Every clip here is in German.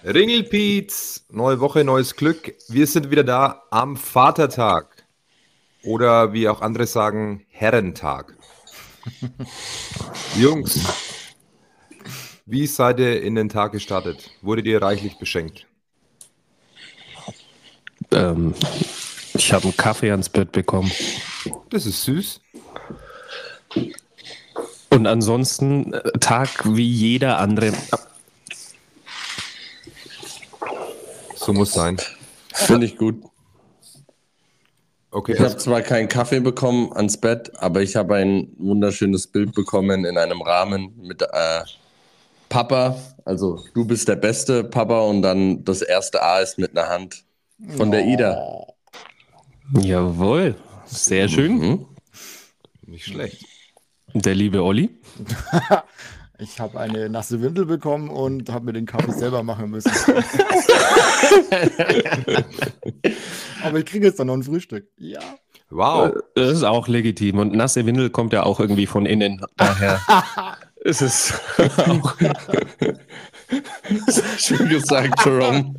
Ringelpiez, neue Woche, neues Glück. Wir sind wieder da am Vatertag. Oder wie auch andere sagen, Herrentag. Jungs, wie seid ihr in den Tag gestartet? Wurdet ihr reichlich beschenkt? Ich habe einen Kaffee ans Bett bekommen. Das ist süß. Und ansonsten Tag wie jeder andere. So muss sein. Finde ich gut. Okay, Ich habe zwar keinen Kaffee bekommen ans Bett, aber ich habe ein wunderschönes Bild bekommen in einem Rahmen mit Papa. Also du bist der beste Papa und dann das erste A ist mit einer Hand von der Ida. Jawohl, sehr schön. nicht schlecht. Der liebe Olli. Ich habe eine nasse Windel bekommen und habe mir den Kaffee selber machen müssen. Aber ich kriege jetzt dann noch ein Frühstück. Ja. Wow. Das ist auch legitim. Und nasse Windel kommt ja auch irgendwie von innen. Daher ist es auch. Schön gesagt, Jerome.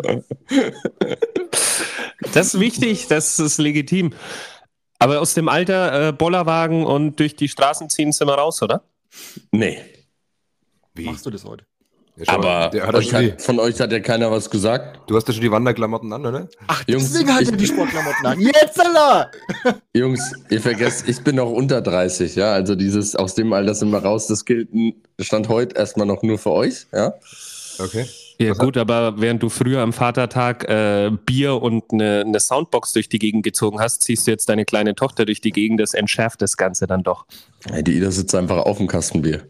Das ist wichtig, das ist legitim. Aber aus dem Alter Bollerwagen und durch die Straßen ziehen sind wir raus, oder? Nee. Wie? Machst du das heute? Ja, schau mal, Aber der hat ja schon die, von euch hat ja keiner was gesagt. du hast ja schon die Wanderklamotten an, oder? Ach, Jungs, deswegen hat er die Sportklamotten an. Jetzt, Allah! Jungs, ihr vergesst, ich bin noch unter 30, ja. Also dieses aus dem Alter sind wir raus, das gilt Stand heute erstmal noch nur für euch, ja. Okay. Ja Was gut, aber während du früher am Vatertag Bier und eine Soundbox durch die Gegend gezogen hast, ziehst du jetzt deine kleine Tochter durch die Gegend, das entschärft das Ganze dann doch. Hey, die Ida sitzt einfach auf dem Kastenbier.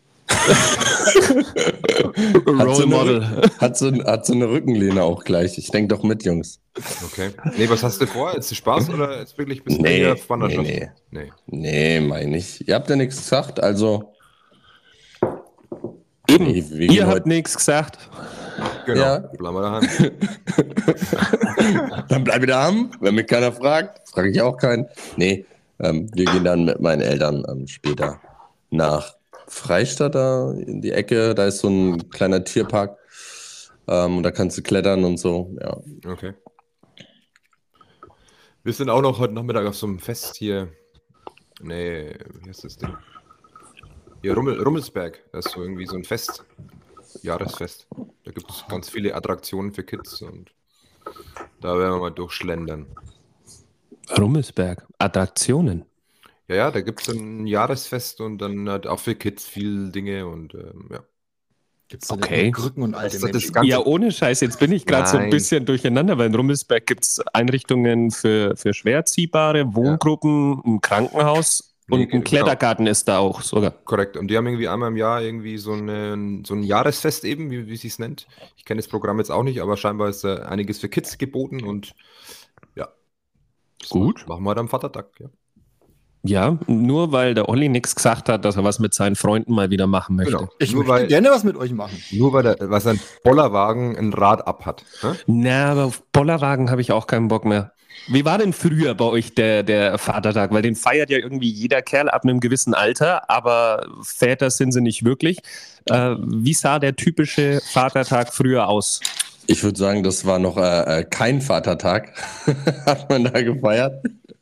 Role Model. Hat so eine Rückenlehne auch gleich. Ich denke doch mit, Jungs. Okay. Nee, was hast du vor? Ist es Spaß oder ist wirklich ein bisschen Nee, mehr Wanderschaft? nee. Nee, meine ich. Ihr habt ja nichts gesagt, also. Eben, Nee, wir ihr gehen habt heute- nichts gesagt. Genau. Ja. Bleiben wir daheim. Dann bleib ich daheim, wenn mich keiner fragt. Frage ich auch keinen. Nee, wir gehen dann mit meinen Eltern später nach Freistadt da in die Ecke. Da ist so ein kleiner Tierpark. Und da kannst du klettern und so. Ja. Okay. Wir sind auch noch heute Nachmittag auf so einem Fest hier. Nee, wie heißt das Ding? Hier, Rummelsberg. Das ist so irgendwie so ein Fest. Jahresfest. Da gibt es ganz viele Attraktionen für Kids und da werden wir mal durchschlendern. Rummelsberg, Attraktionen. Ja, da gibt es ein Jahresfest und dann halt auch für Kids viel Dinge und ja. Gibt's da Okay. denn Krücken und alte Das- das Menschen? Ganze- Ja, ohne Scheiß, jetzt bin ich gerade so ein Nein. bisschen durcheinander, weil in Rummelsberg gibt es Einrichtungen für schwer ziehbare, Wohngruppen, ein Krankenhaus und Nee, ein genau. Klettergarten ist da auch sogar. Korrekt. Und die haben irgendwie einmal im Jahr irgendwie so ein Jahresfest eben, wie sie es nennt. Ich kenne das Programm jetzt auch nicht, aber scheinbar ist da einiges für Kids geboten und ja. Das Gut. Machen wir heute am Vatertag, ja. Ja, nur weil der Olli nichts gesagt hat, dass er was mit seinen Freunden mal wieder machen möchte. Genau. Ich nur möchte weil, gerne was mit euch machen. nur weil was ein Bollerwagen ein Rad ab hat. Ne? Na, aber auf Bollerwagen habe ich auch keinen Bock mehr. Wie war denn früher bei euch der Vatertag? Weil den feiert ja irgendwie jeder Kerl ab einem gewissen Alter, aber Väter sind sie nicht wirklich. Wie sah der typische Vatertag früher aus? Ich würde sagen, das war noch kein Vatertag. Hat man da gefeiert?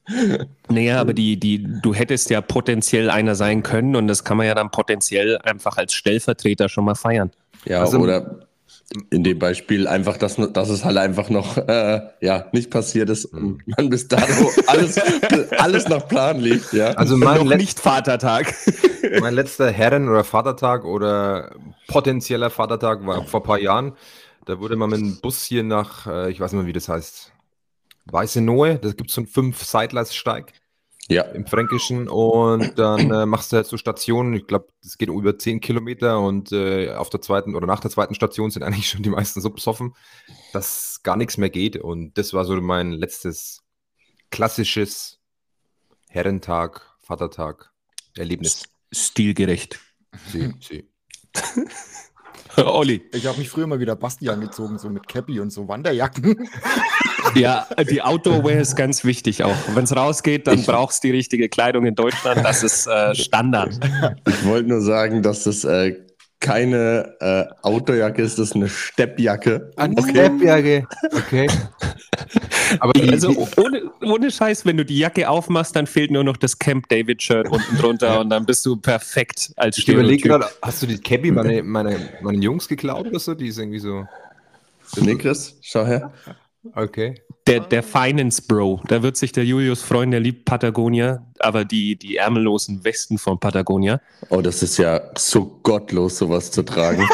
Naja, aber du hättest ja potenziell einer sein können und das kann man ja dann potenziell einfach als Stellvertreter schon mal feiern. Ja, Also- oder in dem Beispiel einfach, dass es halt einfach noch nicht passiert ist und man bis dato alles nach Plan liegt. Ja. Also Noch nicht Vatertag. mein letzter Herren- oder Vatertag oder potenzieller Vatertag war vor ein paar Jahren. Da wurde man mit dem Bus hier nach, ich weiß nicht mehr, wie das heißt, Weißenohe, da gibt es so einen 5-Seitlerssteig Ja. im Fränkischen und dann machst du halt so Stationen, ich glaube, das geht über 10 Kilometer und auf der zweiten oder nach der zweiten Station sind eigentlich schon die meisten so besoffen, dass gar nichts mehr geht und das war so mein letztes klassisches Herrentag, Vatertag, Erlebnis. Stilgerecht. Sie. Olli. Ich habe mich früher mal wieder Basti angezogen, so mit Cappy und so Wanderjacken. Ja, die Outdoor-Wear ist ganz wichtig auch. Wenn es rausgeht, dann brauchst du die richtige Kleidung in Deutschland. Das ist Standard. Ich wollte nur sagen, dass das keine Outdoorjacke, es ist eine Steppjacke. Eine Steppjacke. Okay. Aber Also ohne Scheiß, wenn du die Jacke aufmachst, dann fehlt nur noch das Camp David-Shirt unten drunter und dann bist du perfekt als ich überlege Stereotyp. gerade, hast du die Cappy meinen Jungs geklaut oder so? Die ist irgendwie so. Nee, Chris, schau her. Okay. Der Finance Bro, da wird sich der Julius freuen, der liebt Patagonia, aber die ärmellosen Westen von Patagonia. Oh, das ist ja so gottlos, sowas zu tragen.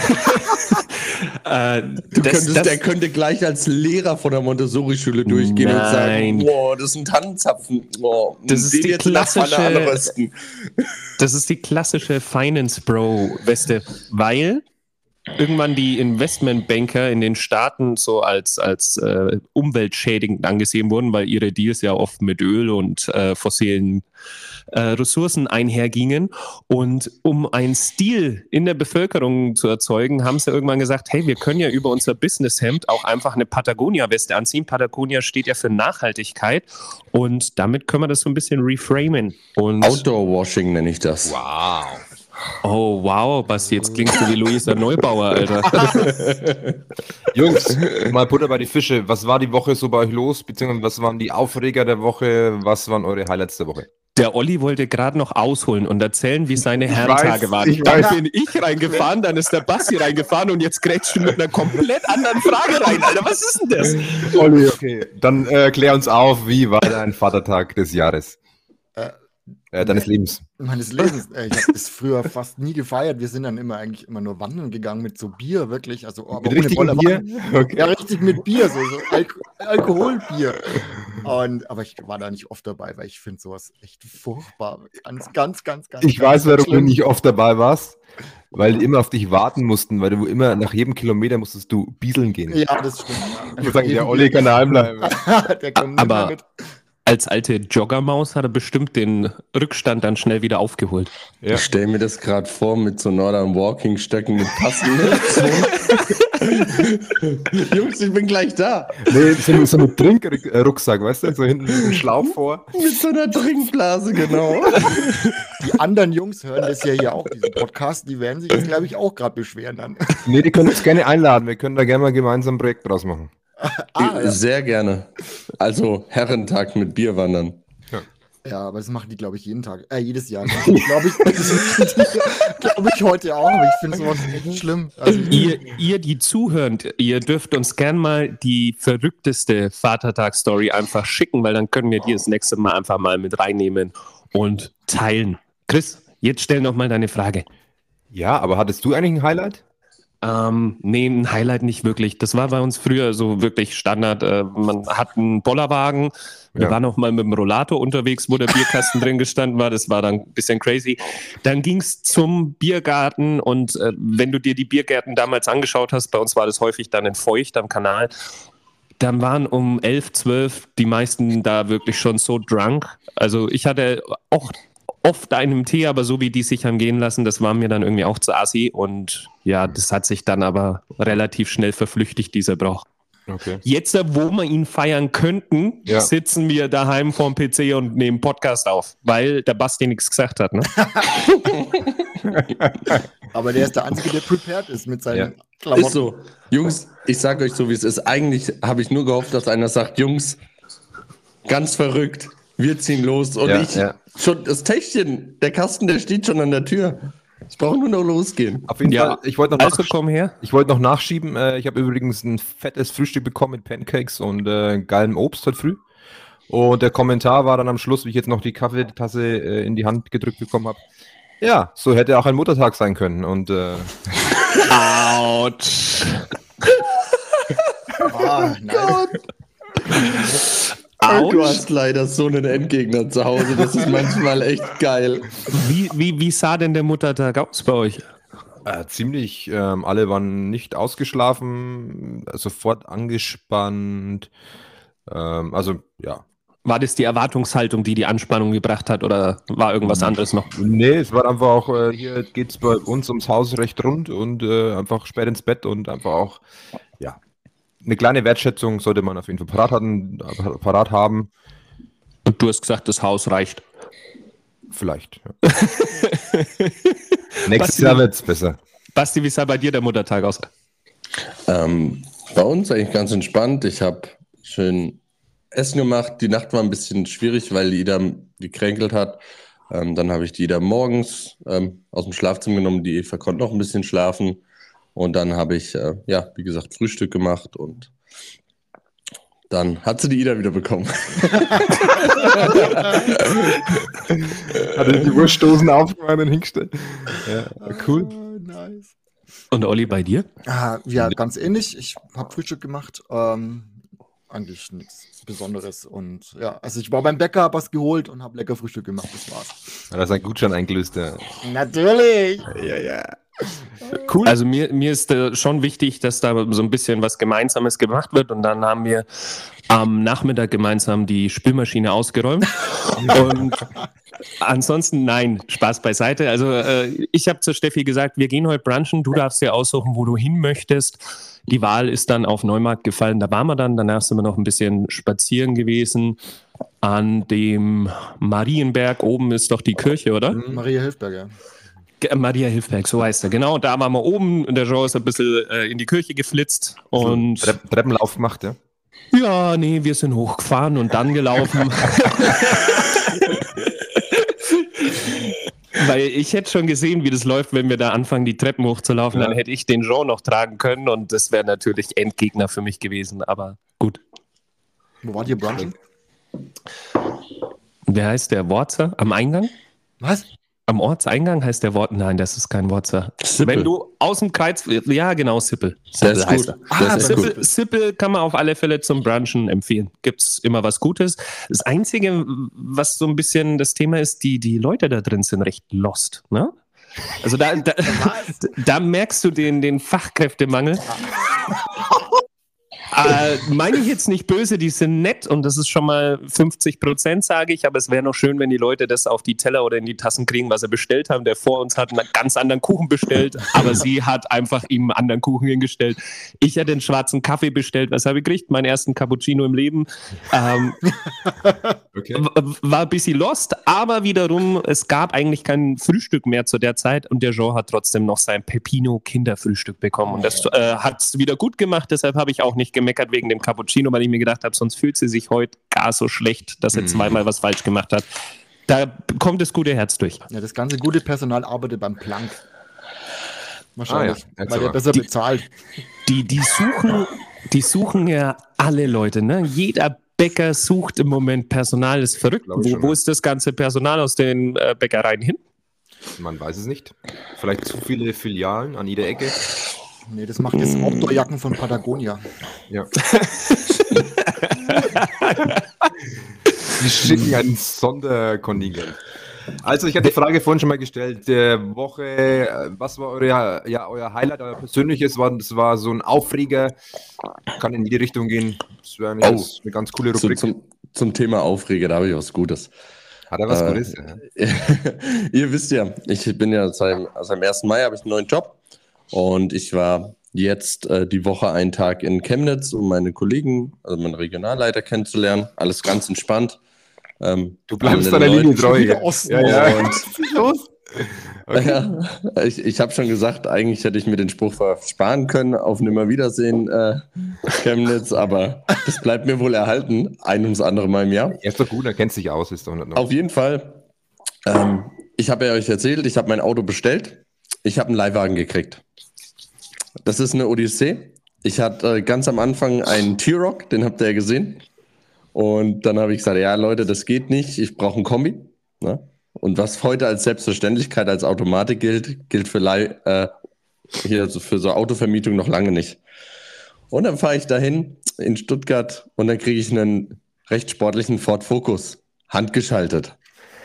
Der könnte gleich als Lehrer von der Montessori-Schule durchgehen und sagen, boah, das ist ein Tannenzapfen. Oh, das ist die klassische Finance Bro Weste, weil irgendwann die Investmentbanker in den Staaten so als umweltschädigend angesehen wurden, weil ihre Deals ja oft mit Öl und fossilen Ressourcen einhergingen. Und um einen Stil in der Bevölkerung zu erzeugen, haben sie irgendwann gesagt, hey, wir können ja über unser Businesshemd auch einfach eine Patagonia-Weste anziehen. Patagonia steht ja für Nachhaltigkeit und damit können wir das so ein bisschen reframen. Outdoor-Washing nenne ich das. Wow. Oh, wow, Basti, jetzt klingst du wie Luisa Neubauer, Alter. Jungs, mal Butter bei die Fische. Was war die Woche so bei euch los? Beziehungsweise was waren die Aufreger der Woche? Was waren eure Highlights der Woche? Der Olli wollte gerade noch ausholen und erzählen, wie seine Herrentage waren. Dann bin ich reingefahren, dann ist der Basti reingefahren und jetzt grätschst du mit einer komplett anderen Frage rein, Alter. Was ist denn das? Olli, okay. Dann klär uns auf, wie war dein Vatertag des Jahres? Deines Lebens. Meines Lebens. Ich habe das früher fast nie gefeiert. Wir sind dann eigentlich immer nur wandern gegangen mit so Bier, wirklich. Also, aber mit richtigem Bier? Okay. Ja, richtig mit Bier, so Alkoholbier. Aber ich war da nicht oft dabei, weil ich finde sowas echt furchtbar. Ganz. Ich weiß, warum du nicht oft dabei warst. Weil die immer auf dich warten mussten, weil du immer nach jedem Kilometer musstest du bieseln gehen. Ja, das stimmt. Ja. Ich würde sagen, der Olli kann daheim bleiben. Der kommt nicht mehr mit. Als alte Joggermaus hat er bestimmt den Rückstand dann schnell wieder aufgeholt. Ja. Ich stelle mir das gerade vor mit so Northern Walking Stöcken mit passenden. Jungs, ich bin gleich da. Nee, so ein Trinkrucksack, weißt du? So hinten ein Schlauch vor. Mit so einer Trinkblase, genau. Die anderen Jungs hören das ja hier auch, diesen Podcast. Die werden sich jetzt, glaube ich, auch gerade beschweren dann. Nee, die können uns gerne einladen. Wir können da gerne mal gemeinsam ein Projekt draus machen. Ja. Sehr gerne. Also Herrentag mit Bierwandern. Ja, aber das machen die, glaube ich, jedes Jahr. Glaube ich heute auch, aber ich finde sowas echt schlimm. Also ihr, die zuhört, ihr dürft uns gern mal die verrückteste Vatertag-Story einfach schicken, weil dann können wir die das nächste Mal einfach mal mit reinnehmen und teilen. Chris, jetzt stell noch mal deine Frage. Ja, aber hattest du eigentlich ein Highlight? Nee, ein Highlight nicht wirklich. Das war bei uns früher so wirklich Standard. Man hat einen Bollerwagen. Wir waren auch mal mit dem Rollator unterwegs, wo der Bierkasten drin gestanden war. Das war dann ein bisschen crazy. Dann ging es zum Biergarten und wenn du dir die Biergärten damals angeschaut hast, bei uns war das häufig dann in Feucht am Kanal, dann waren um 11, 12 die meisten da wirklich schon so drunk. Also ich hatte auch oft einen Tee, aber so wie die sich haben gehen lassen, das war mir dann irgendwie auch zu assi und ja, das hat sich dann aber relativ schnell verflüchtigt, dieser Brauch. Okay. Jetzt, wo wir ihn feiern könnten, sitzen wir daheim vorm PC und nehmen Podcast auf, weil der Basti nichts gesagt hat, ne? Aber der ist der Einzige, der prepared ist mit seinen Klamotten. Ist so. Jungs, ich sag euch so, wie es ist. Eigentlich habe ich nur gehofft, dass einer sagt, Jungs, ganz verrückt, wir ziehen los und schon das Täschchen, der Kasten, der steht schon an der Tür. Ich brauche nur noch losgehen. Auf jeden Fall. Ich wollte noch, komm her. noch nachschieben. Ich habe übrigens ein fettes Frühstück bekommen mit Pancakes und geilem Obst heute früh. Und der Kommentar war dann am Schluss, wie ich jetzt noch die Kaffeetasse in die Hand gedrückt bekommen habe. Ja, so hätte auch ein Muttertag sein können. Und Autsch. Nein. Du hast leider so einen Endgegner zu Hause, das ist manchmal echt geil. Wie sah denn der Muttertag aus bei euch? Ziemlich, alle waren nicht ausgeschlafen, sofort angespannt, also ja. War das die Erwartungshaltung, die Anspannung gebracht hat oder war irgendwas anderes noch? Nee, es war einfach auch, hier geht es bei uns ums Haus recht rund und einfach spät ins Bett und einfach auch, ja. Eine kleine Wertschätzung sollte man auf jeden Fall parat haben. Und du hast gesagt, das Haus reicht. Vielleicht. Ja. Nächstes Jahr wird es besser. Basti, wie sah bei dir der Muttertag aus? Bei uns eigentlich ganz entspannt. Ich habe schön Essen gemacht. Die Nacht war ein bisschen schwierig, weil Ida gekränkelt hat. Dann habe ich die Ida morgens aus dem Schlafzimmer genommen. Die Eva konnte noch ein bisschen schlafen. Und dann habe ich, wie gesagt, Frühstück gemacht. Und dann hat sie die Ida wieder bekommen. Hat er die Wurstdosen aufgemacht und hingestellt. Ja, cool. Nice. Und Olli, bei dir? Ja, ganz ähnlich. Ich habe Frühstück gemacht. Eigentlich nichts Besonderes. Und ja, also ich war beim Bäcker, habe was geholt und habe lecker Frühstück gemacht. Das war's. Hat er seinen Gutschein eingelöst? Ja. Natürlich. Ja. Cool. Also mir ist schon wichtig, dass da so ein bisschen was Gemeinsames gemacht wird. Und dann haben wir am Nachmittag gemeinsam die Spülmaschine ausgeräumt. Und ansonsten, nein, Spaß beiseite. Also ich habe zur Steffi gesagt, wir gehen heute brunchen. Du darfst dir aussuchen, wo du hin möchtest. Die Wahl ist dann auf Neumarkt gefallen. Da waren wir dann. Danach sind wir noch ein bisschen spazieren gewesen. An dem Marienberg oben ist doch die Kirche, oder? Maria Hilfberger. Maria Hilfberg, so heißt er, genau. Da waren wir oben und der Jean ist ein bisschen in die Kirche geflitzt. Und Treppenlauf gemacht, ja? Ja, nee, wir sind hochgefahren und dann gelaufen. Weil ich hätte schon gesehen, wie das läuft, wenn wir da anfangen, die Treppen hochzulaufen. Ja. Dann hätte ich den Jean noch tragen können und das wäre natürlich Endgegner für mich gewesen, aber gut. Wo wart ihr brunchen? Wer heißt der Worzer? Am Eingang? Was? Am Ortseingang heißt der Wort. Nein, das ist kein Worzer. Sippel. Wenn du aus dem Kreuz. Ja, genau, Sippel. Der ist gut. Sippel kann man auf alle Fälle zum Brunchen empfehlen. Gibt es immer was Gutes. Das Einzige, was so ein bisschen das Thema ist, die Leute da drin sind recht lost. Ne? Also da merkst du den Fachkräftemangel. Meine ich jetzt nicht böse, die sind nett und das ist schon mal 50%, sage ich, aber es wäre noch schön, wenn die Leute das auf die Teller oder in die Tassen kriegen, was sie bestellt haben. Der vor uns hat einen ganz anderen Kuchen bestellt, aber sie hat einfach ihm einen anderen Kuchen hingestellt. Ich hätte den schwarzen Kaffee bestellt, was habe ich gekriegt? Meinen ersten Cappuccino im Leben. Okay. War ein bisschen lost, aber wiederum, es gab eigentlich kein Frühstück mehr zu der Zeit und der Jean hat trotzdem noch sein Pepino-Kinderfrühstück bekommen und das hat es wieder gut gemacht, deshalb habe ich auch nicht gemeckert wegen dem Cappuccino, weil ich mir gedacht habe, sonst fühlt sie sich heute gar so schlecht, dass er zweimal was falsch gemacht hat. Da kommt das gute Herz durch. Ja, das ganze gute Personal arbeitet beim Planck. Wahrscheinlich, ja. weil der besser bezahlt. Die suchen ja alle Leute, ne? Jeder Bäcker sucht im Moment Personal, das ist verrückt. Wo ist das ganze Personal aus den Bäckereien hin? Man weiß es nicht. Vielleicht zu viele Filialen an jeder Ecke. Nee, das macht jetzt Outdoor-Jacken von Patagonia. Ja. Die schicken ein Sonderkontingent. Also, ich hatte die Frage vorhin schon mal gestellt. Der Woche, was war euer Highlight, euer persönliches? Das war so ein Aufreger. Kann in jede Richtung gehen. Das wäre eine ganz coole Rubrik. Zum Thema Aufreger, da habe ich was Gutes. Hat er was Gutes? Ja. Ihr wisst ja, ich bin ja seit dem 1. Mai habe ich einen neuen Job. Und ich war jetzt die Woche einen Tag in Chemnitz, um meine Kollegen, also meinen Regionalleiter kennenzulernen. Alles ganz entspannt. Du bleibst deiner Linie treu. Ja. Was ist los? Okay. Ja, ich habe schon gesagt, eigentlich hätte ich mir den Spruch sparen können, auf Nimmerwiedersehen Chemnitz, aber das bleibt mir wohl erhalten, ein ums andere Mal im Jahr. Ja, ist doch gut, er kennt sich aus. Ist doch nicht auf jeden Fall. Ich habe ja euch erzählt, ich habe mein Auto bestellt. Ich habe einen Leihwagen gekriegt. Das ist eine Odyssee. Ich hatte ganz am Anfang einen T-Roc, den habt ihr ja gesehen. Und dann habe ich gesagt, ja Leute, das geht nicht, ich brauche einen Kombi. Ne? Und was heute als Selbstverständlichkeit, als Automatik gilt für für so Autovermietung noch lange nicht. Und dann fahre ich dahin in Stuttgart und dann kriege ich einen recht sportlichen Ford Focus, handgeschaltet.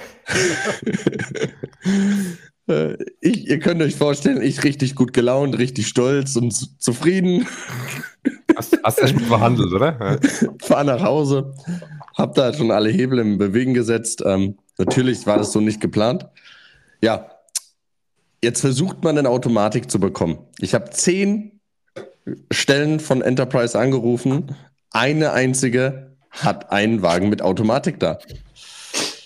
Ihr könnt euch vorstellen, ich richtig gut gelaunt, richtig stolz und zufrieden. Hast du ja schon verhandelt, oder? Ja. Fahr nach Hause, hab da schon alle Hebel im Bewegen gesetzt. Natürlich war das so nicht geplant. Ja, jetzt versucht man eine Automatik zu bekommen. Ich habe 10 Stellen von Enterprise angerufen. Eine einzige hat einen Wagen mit Automatik da.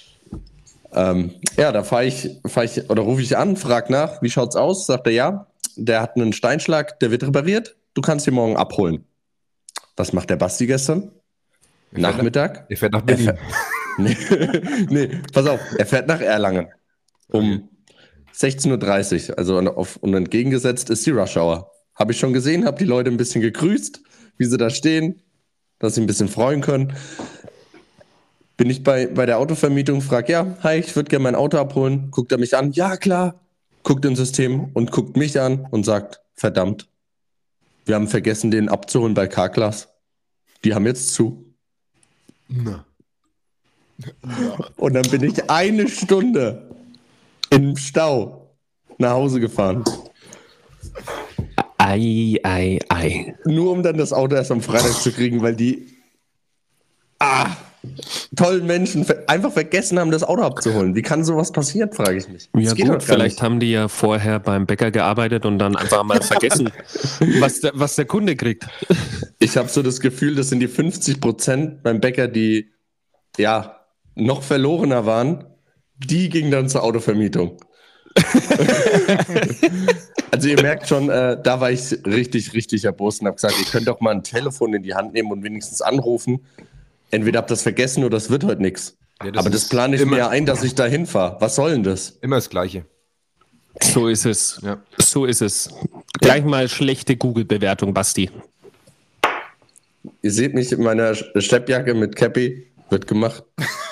Da rufe ich an, frage nach, wie schaut's aus? Sagt er ja. der hat einen Steinschlag, der wird repariert, du kannst ihn morgen abholen. Was macht der Basti gestern? Nachmittag? Er fährt nach Berlin. Nee, pass auf, er fährt nach Erlangen um 16:30 Uhr, also und entgegengesetzt ist die Rush Hour. Habe ich schon gesehen, habe die Leute ein bisschen gegrüßt, wie sie da stehen, dass sie ein bisschen freuen können. Bin ich bei der Autovermietung, frage, ja, hi, ich würde gerne mein Auto abholen. Guckt er mich an, ja klar. Guckt ins System und guckt mich an und sagt, verdammt, wir haben vergessen, den abzuholen bei Carglass. Die haben jetzt zu. Na. Und dann bin ich 1 Stunde im Stau nach Hause gefahren. Ei. Nur um dann das Auto erst am Freitag zu kriegen, weil die tollen Menschen einfach vergessen haben, das Auto abzuholen. Wie kann sowas passieren, frage ich mich. Ja gut, vielleicht haben die ja vorher beim Bäcker gearbeitet und dann einfach mal vergessen, was der Kunde kriegt. Ich habe so das Gefühl, das sind die 50% beim Bäcker, die ja noch verlorener waren, die gingen dann zur Autovermietung. Also ihr merkt schon, da war ich richtig, richtig erbost und habe gesagt, ihr könnt doch mal ein Telefon in die Hand nehmen und wenigstens anrufen. Entweder habt ihr das vergessen oder es wird heute nichts. Ja, aber das plane ich mir ja ein, dass ich da hinfahre. Was soll denn das? Immer das Gleiche. So ist es. Ja. So ist es. Gleich mal schlechte Google-Bewertung, Basti. Ihr seht mich in meiner Schleppjacke mit Cappy. Wird gemacht.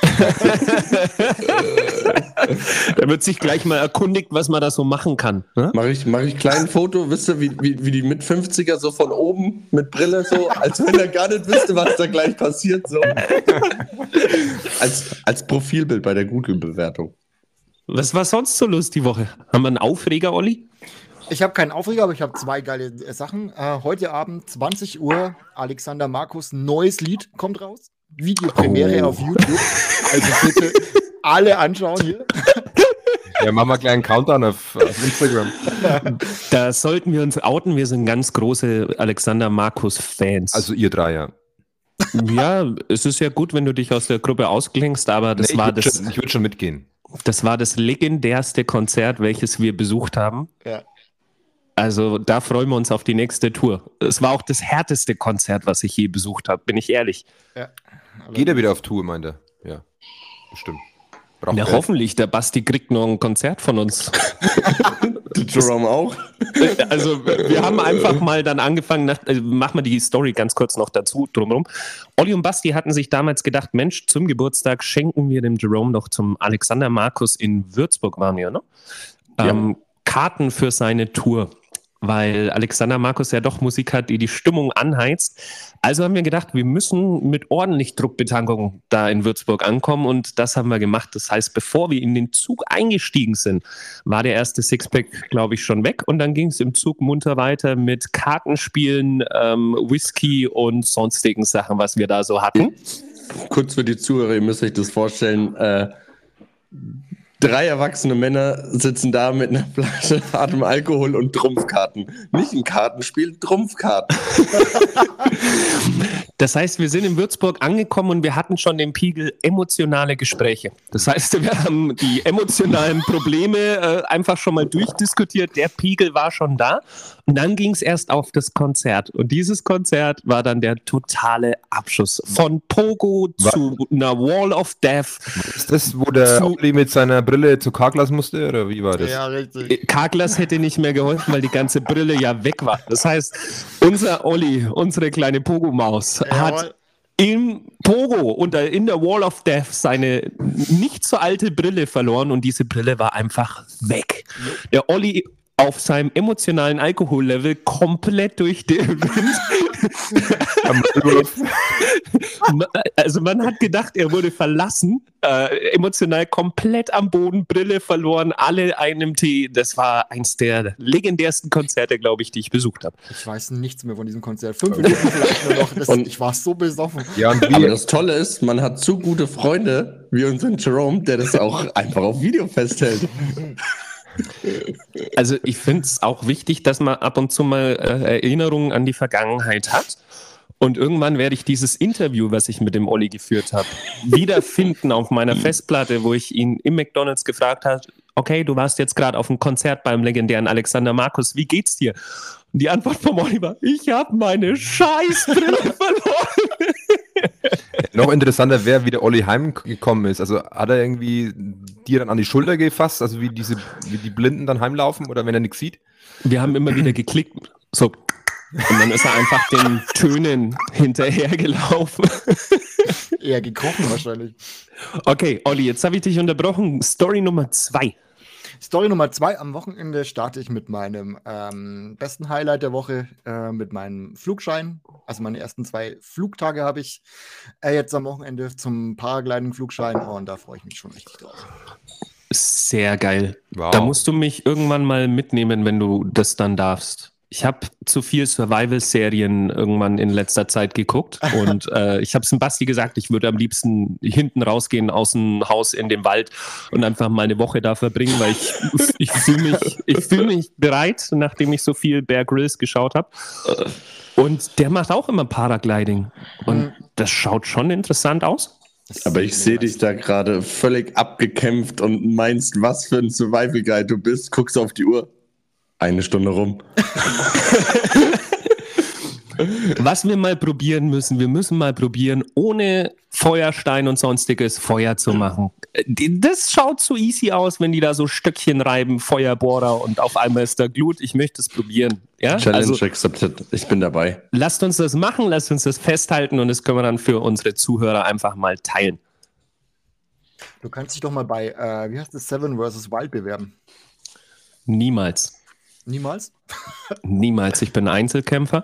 Da wird sich gleich mal erkundigt, was man da so machen kann. Ne? Mach ich klein Foto, wisst ihr, wie die mit 50er so von oben mit Brille so, als wenn er gar nicht wüsste, was da gleich passiert. So. Als Profilbild bei der Google-Bewertung. Was war sonst so los die Woche? Haben wir einen Aufreger, Olli? Ich habe keinen Aufreger, aber ich habe 2 geile Sachen. Heute Abend, 20 Uhr, Alexander Markus, neues Lied kommt raus. Videopremiere auf YouTube. Also bitte alle anschauen hier. Ja, machen wir gleich einen Countdown auf Instagram. Da sollten wir uns outen. Wir sind ganz große Alexander Markus-Fans. Also ihr 3, ja. Ja, es ist ja gut, wenn du dich aus der Gruppe ausklingst, aber ich würde schon mitgehen. Das war das legendärste Konzert, welches wir besucht haben. Ja. Also da freuen wir uns auf die nächste Tour. Es war auch das härteste Konzert, was ich je besucht habe, bin ich ehrlich. Ja. Geht er wieder auf Tour, meint er? Ja, bestimmt. Ja, hoffentlich, der Basti kriegt noch ein Konzert von uns. Jerome auch? Also wir haben einfach mal dann angefangen, machen wir die Story ganz kurz noch dazu, drumherum. Olli und Basti hatten sich damals gedacht, Mensch, zum Geburtstag schenken wir dem Jerome noch zum Alexander Markus in Würzburg, waren wir, ne? Ja. Karten für seine Tour, weil Alexander Markus ja doch Musik hat, die Stimmung anheizt. Also haben wir gedacht, wir müssen mit ordentlich Druckbetankung da in Würzburg ankommen und das haben wir gemacht. Das heißt, bevor wir in den Zug eingestiegen sind, war der erste Sixpack, glaube ich, schon weg und dann ging es im Zug munter weiter mit Kartenspielen, Whisky und sonstigen Sachen, was wir da so hatten. Kurz für die Zuhörer, ihr müsst euch das vorstellen, 3 erwachsene Männer sitzen da mit einer Flasche hartem Alkohol und Trumpfkarten. Nicht ein Kartenspiel, Trumpfkarten. Das heißt, wir sind in Würzburg angekommen und wir hatten schon den Pegel emotionale Gespräche. Das heißt, wir haben die emotionalen Probleme einfach schon mal durchdiskutiert. Der Pegel war schon da und dann ging es erst auf das Konzert. Und dieses Konzert war dann der totale Abschuss. Von Pogo zu einer Wall of Death. Ist das, wo der Olli mit seiner Brille zu Carglass musste, oder wie war das? Ja, richtig. Carglass hätte nicht mehr geholfen, weil die ganze Brille ja weg war. Das heißt, unser Olli, unsere kleine Pogo-Maus, hat im Pogo und in der Wall of Death seine nicht so alte Brille verloren und diese Brille war einfach weg. Der Olli auf seinem emotionalen Alkohollevel komplett durch den Wind. Also man hat gedacht, er wurde verlassen, emotional komplett am Boden, Brille verloren, alle einem Tee. Das war eins der legendärsten Konzerte, glaube ich, die ich besucht habe. Ich weiß nichts mehr von diesem Konzert. 5 Minuten vielleicht nur noch. Ich war so besoffen. Ja, aber das Tolle ist, man hat so gute Freunde wie unseren Jerome, der das auch einfach auf Video festhält. Also ich finde es auch wichtig, dass man ab und zu mal Erinnerungen an die Vergangenheit hat. Und irgendwann werde ich dieses Interview, was ich mit dem Olli geführt habe, wiederfinden auf meiner Festplatte, wo ich ihn im McDonald's gefragt habe, okay, du warst jetzt gerade auf einem Konzert beim legendären Alexander Markus, wie geht's dir? Und die Antwort vom Oliver, ich habe meine Scheißbrille verloren. Noch interessanter wäre, wie der Olli heimgekommen ist. Also hat er irgendwie dir dann an die Schulter gefasst, also wie die Blinden dann heimlaufen oder wenn er nichts sieht? Wir haben immer wieder geklickt, so. Und dann ist er einfach den Tönen hinterhergelaufen. Eher gekrochen wahrscheinlich. Okay, Olli, jetzt habe ich dich unterbrochen. Story Nummer 2. Story Nummer 2. Am Wochenende starte ich mit meinem besten Highlight der Woche, mit meinem Flugschein. Also meine ersten 2 Flugtage habe ich jetzt am Wochenende zum Paragliding-Flugschein und da freue ich mich schon richtig drauf. Sehr geil. Wow. Da musst du mich irgendwann mal mitnehmen, wenn du das dann darfst. Ich habe zu viel Survival-Serien irgendwann in letzter Zeit geguckt und ich habe es Basti gesagt, ich würde am liebsten hinten rausgehen aus dem Haus in den Wald und einfach mal eine Woche da verbringen, weil ich fühl mich bereit, nachdem ich so viel Bear Grylls geschaut habe. Und der macht auch immer Paragliding und das schaut schon interessant aus. Aber ich sehe dich da gerade völlig abgekämpft und meinst, was für ein Survival Guide du bist. Guckst auf die Uhr. 1 Stunde rum. Was wir mal probieren müssen, wir müssen mal probieren, ohne Feuerstein und sonstiges Feuer zu machen. Das schaut so easy aus, wenn die da so Stöckchen reiben, Feuerbohrer und auf einmal ist da Glut. Ich möchte es probieren. Ja? Challenge accepted. Ich bin dabei. Lasst uns das machen, lasst uns das festhalten und das können wir dann für unsere Zuhörer einfach mal teilen. Du kannst dich doch mal bei, wie heißt das, Seven vs. Wild bewerben. Niemals. Niemals? Niemals. Ich bin Einzelkämpfer.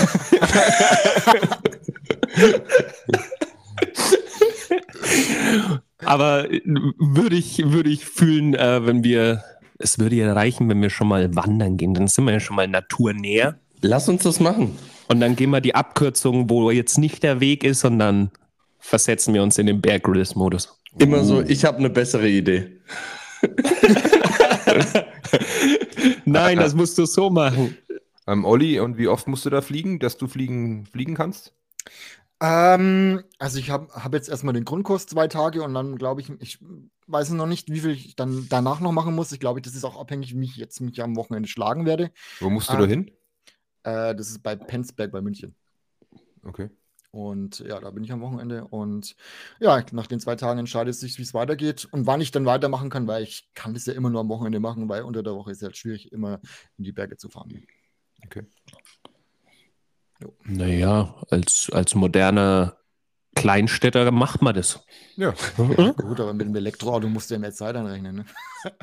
Aber würde ich fühlen, es würde ja reichen, wenn wir schon mal wandern gehen, dann sind wir ja schon mal naturnäher. Lass uns das machen. Und dann gehen wir die Abkürzung, wo jetzt nicht der Weg ist, und dann versetzen wir uns in den Bear Grylls-Modus. Immer so, ich habe eine bessere Idee. Nein, das musst du so machen. Olli, und wie oft musst du da fliegen, dass du fliegen kannst? Also ich hab jetzt erstmal den Grundkurs 2 Tage und dann glaube ich weiß noch nicht, wie viel ich dann danach noch machen muss. Ich glaube, das ist auch abhängig, wie ich mich am Wochenende schlagen werde. Wo musst du da hin? Das ist bei Penzberg bei München. Okay. Und ja, da bin ich am Wochenende und ja, nach den 2 Tagen entscheidet sich, wie es weitergeht und wann ich dann weitermachen kann, weil ich kann das ja immer nur am Wochenende machen, weil unter der Woche ist es halt schwierig, immer in die Berge zu fahren. Okay. Jo. Naja, als moderner Kleinstädter macht man das. Ja. Gut, aber mit dem Elektroauto musst du ja mehr Zeit anrechnen, ne?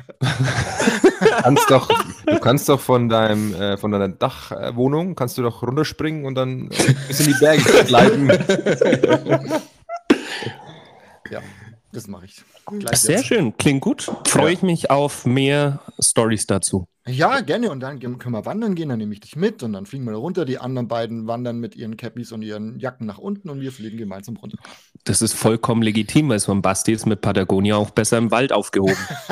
Du kannst doch von deiner Dachwohnung kannst du doch runterspringen und dann bis in die Berge gleiten. Ja, das mache ich. Sehr schön, klingt gut. Freue ich mich auf mehr Stories dazu. Ja, gerne. Und dann können wir wandern gehen, dann nehme ich dich mit und dann fliegen wir da runter. Die anderen beiden wandern mit ihren Cappies und ihren Jacken nach unten und wir fliegen gemeinsam runter. Das ist vollkommen legitim, weil so ein Basti ist mit Patagonia auch besser im Wald aufgehoben.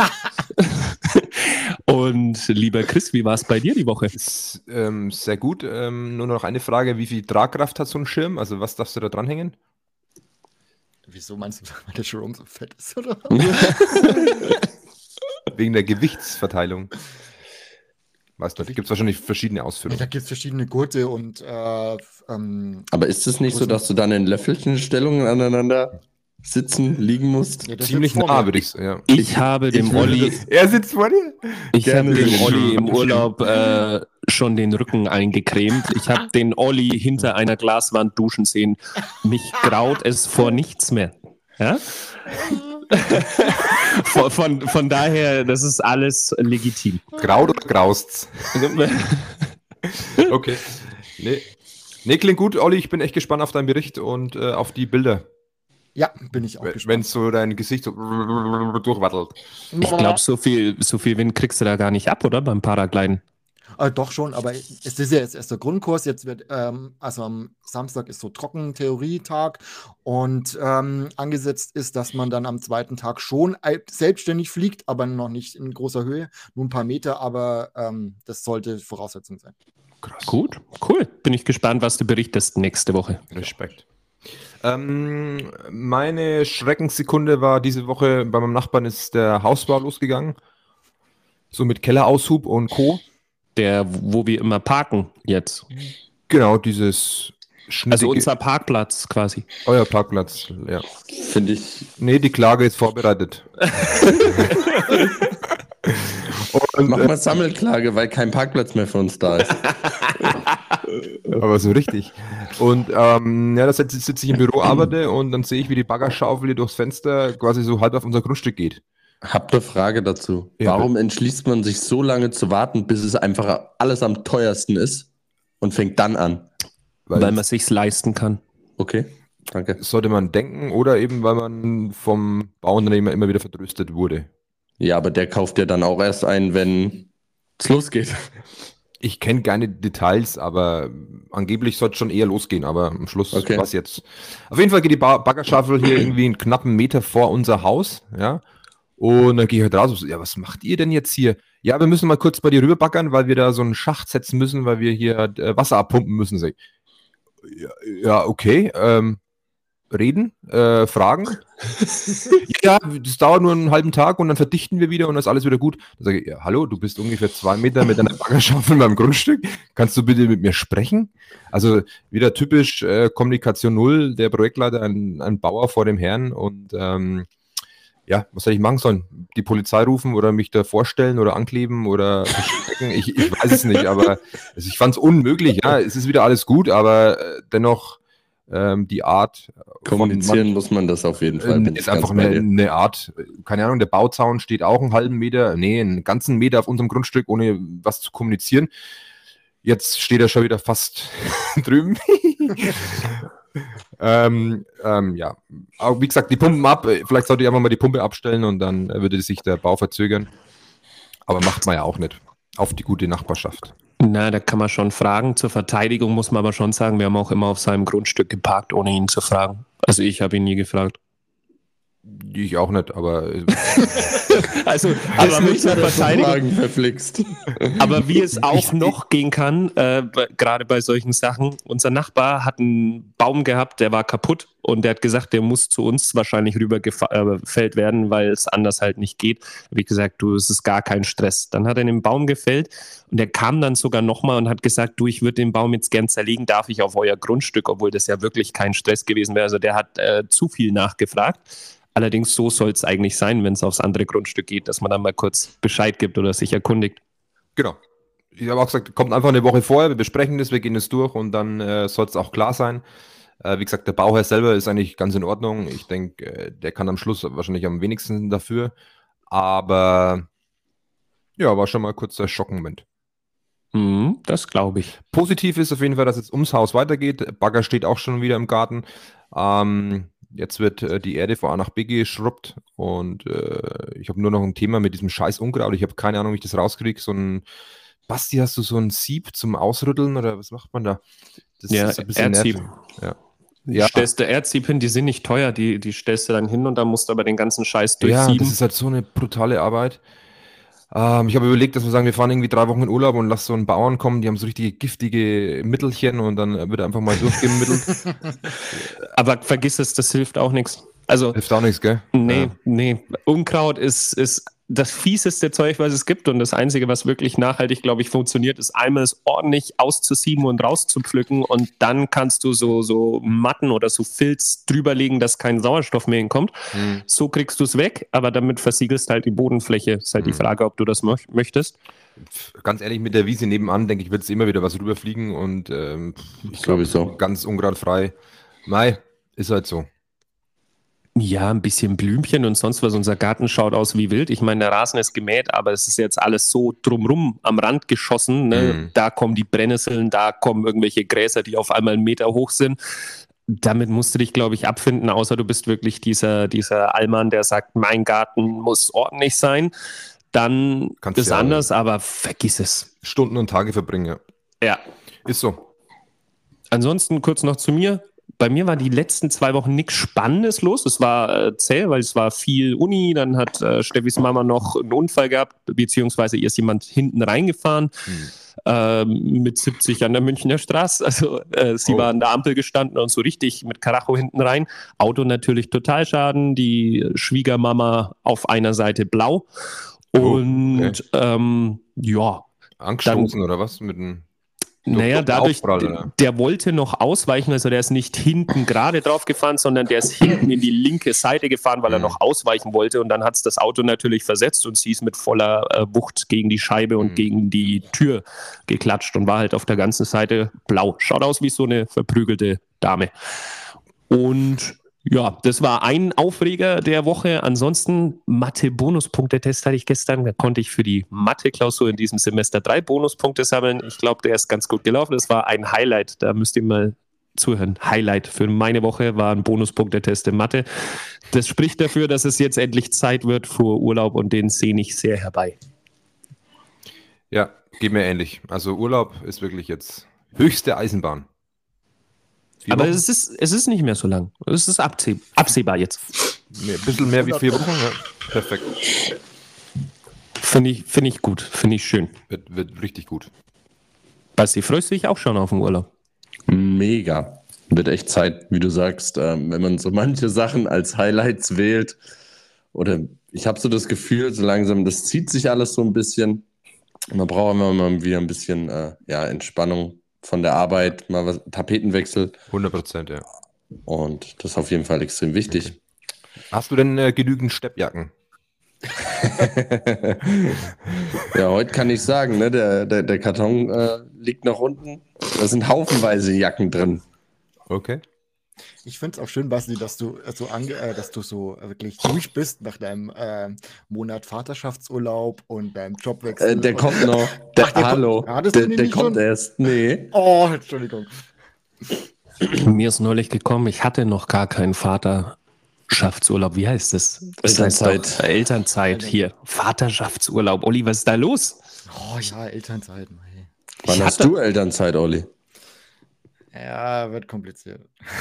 Und lieber Chris, wie war es bei dir die Woche? Sehr gut. Nur noch eine Frage, wie viel Tragkraft hat so ein Schirm? Also was darfst du da dranhängen? Wieso meinst du, weil der Jerome so fett ist, oder? Wegen der Gewichtsverteilung. Weißt du, da gibt es wahrscheinlich verschiedene Ja, Ausführungen. da gibt es verschiedene Gurte und Aber ist es nicht so, dass du dann in Löffelchenstellungen aneinander sitzen, liegen musst? ja, das Ziemlich sitzt vor nah, mir. würde ich sagen. Ja. Ich habe dem würde Olli, Er sitzt vor dir? ich habe gerne dem sehen. Olli im Urlaub schon den Rücken eingecremt. Ich habe den Olli hinter einer Glaswand duschen sehen. Mich graut es vor nichts mehr. Ja? Von daher, das ist alles legitim. Graut oder graust's? Okay. Nee, klingt gut, Olli. Ich bin echt gespannt auf deinen Bericht und auf die Bilder. Ja, bin ich auch Wenn gespannt. so dein Gesicht so durchwattelt. Ich glaube, so viel Wind kriegst du da gar nicht ab, oder? Beim Paragliden. Doch schon, aber es ist ja jetzt erst der Grundkurs. Jetzt wird, also am Samstag ist so Trocken-Theorietag und angesetzt ist, dass man dann am 2. Tag schon selbstständig fliegt, aber noch nicht in großer Höhe, nur ein paar Meter, aber das sollte Voraussetzung sein. Krass. Gut, cool. Bin ich gespannt, was du berichtest nächste Woche. Respekt. Meine Schreckenssekunde war diese Woche, bei meinem Nachbarn ist der Hausbau losgegangen So mit Kelleraushub und Co. Wo wir immer parken jetzt. Genau, dieses Also unser Parkplatz quasi. Euer Parkplatz, ja. Finde ich. Nee, die Klage ist vorbereitet. Und, Mach mal Sammelklage, weil kein Parkplatz mehr für uns da ist. aber so richtig. Und ja, da sitze ich im Büro, arbeite und dann sehe ich, wie die Baggerschaufel hier durchs Fenster quasi so halb auf unser Grundstück geht. Habt ihr Frage dazu? Ja, Warum entschließt man sich so lange zu warten, bis es einfach alles am teuersten ist und fängt dann an? Weil man es sich leisten kann. Okay, danke. sollte man denken oder eben, weil man vom Bauunternehmer immer wieder vertröstet wurde. Ja, aber der kauft ja dann auch erst ein, wenn es losgeht. Ich kenne keine Details, aber angeblich sollte es schon eher losgehen, aber am Schluss Okay. was jetzt. Auf jeden Fall geht die Baggerschaufel hier irgendwie einen knappen Meter vor unser Haus, ja. Und dann gehe ich halt raus und so, ja, was macht ihr denn jetzt hier? Ja, wir müssen mal kurz bei dir rüberbaggern, weil wir da so einen Schacht setzen müssen, weil wir hier Wasser abpumpen müssen. Sag ich, ja, okay. Reden, fragen. Ja, das dauert nur einen halben Tag und dann verdichten wir wieder und dann ist alles wieder gut. Dann sage ich, ja, hallo, du bist ungefähr 2 Meter mit deiner Baggerschaufel in meinem Grundstück. Kannst du bitte mit mir sprechen? Also wieder typisch Kommunikation null, der Projektleiter, ein Bauer vor dem Herrn und ja, was soll ich machen sollen? Die Polizei rufen oder mich da vorstellen oder ankleben oder verstecken? Ich weiß es nicht, aber ich fand es unmöglich. Ja, es ist wieder alles gut, aber dennoch die Art Kommunizieren muss man das auf jeden Fall. bin ich ist einfach ganz bei dir. eine Art, keine Ahnung, der Bauzaun steht auch einen halben Meter, nee, einen ganzen Meter auf unserem Grundstück, ohne was zu kommunizieren. Jetzt steht er schon wieder fast drüben. Ja, aber wie gesagt, die Pumpen ab. Vielleicht sollte ich einfach mal die Pumpe abstellen und dann würde sich der Bau verzögern. Aber macht man ja auch nicht. Auf die gute Nachbarschaft. Na, da kann man schon fragen. Zur Verteidigung muss man aber schon sagen, wir haben auch immer auf seinem Grundstück geparkt, ohne ihn zu fragen. Also ich habe ihn nie gefragt. Ich auch nicht, aber Also, Aber aber mich mit zur hat er Verteidigung. Fragen verflixt. Aber wie es auch noch gehen kann, gerade bei solchen Sachen, unser Nachbar hat einen Baum gehabt, der war kaputt und der hat gesagt, der muss zu uns wahrscheinlich rübergefällt werden, weil es anders halt nicht geht. Wie gesagt, du, es ist gar kein Stress. Dann hat er den Baum gefällt und der kam dann sogar nochmal und hat gesagt, du, ich würde den Baum jetzt gern zerlegen, darf ich auf euer Grundstück, obwohl das ja wirklich kein Stress gewesen wäre. Also der hat zu viel nachgefragt. Allerdings so soll es eigentlich sein, wenn es aufs andere Grundstück geht, dass man dann mal kurz Bescheid gibt oder sich erkundigt. genau. Ich habe auch gesagt, kommt einfach eine Woche vorher, wir besprechen das, wir gehen das durch und dann soll es auch klar sein. Wie gesagt, der Bauherr selber ist eigentlich ganz in Ordnung. Ich denke, der kann am Schluss wahrscheinlich am wenigsten dafür. Aber ja, war schon mal kurz der Schockmoment. Das glaube ich. Positiv ist auf jeden Fall, dass es ums Haus weitergeht. Bagger steht auch schon wieder im Garten. Jetzt wird die Erde von A nach B geschrubbt und ich habe nur noch ein Thema mit diesem scheiß Unkraut. Ich habe keine Ahnung, wie ich das rauskriege. Basti, hast du so ein Sieb zum Ausrütteln oder was macht man da? Das Ja, ist ein bisschen Erdsieb. nervig. Ja. Ja. Stellst du Erdsieb hin, die sind nicht teuer, die stellst du dann hin und dann musst du aber den ganzen Scheiß Ja, durchsieben. das ist halt so eine brutale Arbeit. Ich habe überlegt, dass wir sagen, wir fahren irgendwie 3 Wochen in Urlaub und lass so einen Bauern kommen, die haben so richtige giftige Mittelchen und dann wird einfach mal durchgemittelt. Aber vergiss es, das hilft auch nichts. Also, Hilft auch nichts, gell? nee. Unkraut ist das fieseste Zeug, was es gibt und das Einzige, was wirklich nachhaltig, glaube ich, funktioniert, ist einmal es ordentlich auszusieben und rauszupflücken und dann kannst du so Matten oder so Filz drüberlegen, dass kein Sauerstoff mehr hinkommt. So kriegst du es weg, aber damit versiegelst halt die Bodenfläche. Ist halt die Frage, ob du das möchtest. Ganz ehrlich, mit der Wiese nebenan, denke ich, wird es immer wieder was rüberfliegen und ich glaube, Sowieso. ganz unkrautfrei. Mei, ist halt so. Ja, ein bisschen Blümchen und sonst was. Unser Garten schaut aus wie wild. Ich meine, der Rasen ist gemäht, aber es ist jetzt alles so drumrum am Rand geschossen. Ne? Da kommen die Brennnesseln, da kommen irgendwelche Gräser, die auf einmal 1 Meter hoch sind. Damit musst du dich, glaube ich, abfinden, außer du bist wirklich dieser Allmann, der sagt, mein Garten muss ordentlich sein. Dann Kannst ist ja anders, aber vergiss es. Stunden und Tage verbringen, ja. Ja. Ist so. Ansonsten kurz noch zu mir. Bei mir war die letzten 2 Wochen nichts Spannendes los. Es war zäh, weil es war viel Uni. Dann hat Steffis Mama noch einen Unfall gehabt, beziehungsweise ihr ist jemand hinten reingefahren mit 70 an der Münchner Straße. Also sie war an der Ampel gestanden und so richtig mit Karacho hinten rein. Auto natürlich Totalschaden, die Schwiegermama auf einer Seite blau. Und ja, Angestoßen oder was? Mit einem naja, dadurch, Aufprall, oder? der wollte noch ausweichen, also der ist nicht hinten gerade drauf gefahren, sondern der ist hinten in die linke Seite gefahren, weil er noch ausweichen wollte und dann hat es das Auto natürlich versetzt und sie ist mit voller Wucht gegen die Scheibe und gegen die Tür geklatscht und war halt auf der ganzen Seite blau. Schaut aus wie so eine verprügelte Dame. Und ja, das war ein Aufreger der Woche. Ansonsten Mathe-Bonuspunkte-Test hatte ich gestern. Da konnte ich für die Mathe-Klausur in diesem Semester 3 Bonuspunkte sammeln. Ich glaube, der ist ganz gut gelaufen. Das war ein Highlight. Da müsst ihr mal zuhören. Highlight für meine Woche war ein Bonuspunkte-Test in Mathe. Das spricht dafür, dass es jetzt endlich Zeit wird vor Urlaub und den sehne ich sehr herbei. Ja, geht mir ähnlich. Also Urlaub ist wirklich jetzt höchste Eisenbahn. Aber es ist nicht mehr so lang. Es ist absehbar jetzt. Ein bisschen mehr wie 4 Wochen. Ja. Perfekt. Finde ich gut. Finde ich schön. Wird richtig gut. Basti, freust du dich auch schon auf den Urlaub? Mega. Wird echt Zeit, wie du sagst, wenn man so manche Sachen als Highlights wählt. Oder ich habe so das Gefühl, so langsam, das zieht sich alles so ein bisschen. Man braucht immer mal wieder ein bisschen Entspannung von der Arbeit, mal was, Tapetenwechsel. 100%, ja. Und das ist auf jeden Fall extrem wichtig. Okay. Hast du denn genügend Steppjacken? Ja, heute kann ich sagen, ne, der Karton liegt noch unten. Da sind haufenweise Jacken drin. Okay. Ich finde es auch schön, Basti, dass du so wirklich durch bist nach deinem Monat Vaterschaftsurlaub und deinem Jobwechsel. Der kommt noch. Hallo. Der kommt erst. Nee. Oh, Entschuldigung. Mir ist neulich gekommen, ich hatte noch gar keinen Vaterschaftsurlaub. Wie heißt das? Elternzeit. Elternzeit hier. Vaterschaftsurlaub. Olli, was ist da los? Oh ja, Elternzeit. Hey. Wann hast du Elternzeit, Olli? Ja, wird kompliziert.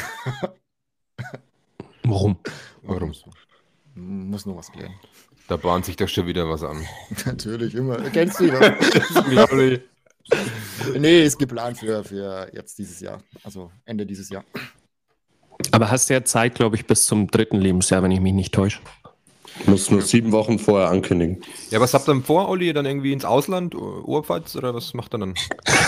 Warum? Muss noch was klären. Da bahnt sich doch schon wieder was an. Natürlich, immer. Kennst du ihn? Unglaublich. Nee, ist geplant für jetzt dieses Jahr. Also Ende dieses Jahr. Aber hast ja Zeit, glaube ich, bis zum 3. Lebensjahr, wenn ich mich nicht täusche. Muss nur 7 Wochen vorher ankündigen. Ja, was habt ihr denn vor, Olli? Dann irgendwie ins Ausland, Oberpfalz oder was macht er dann?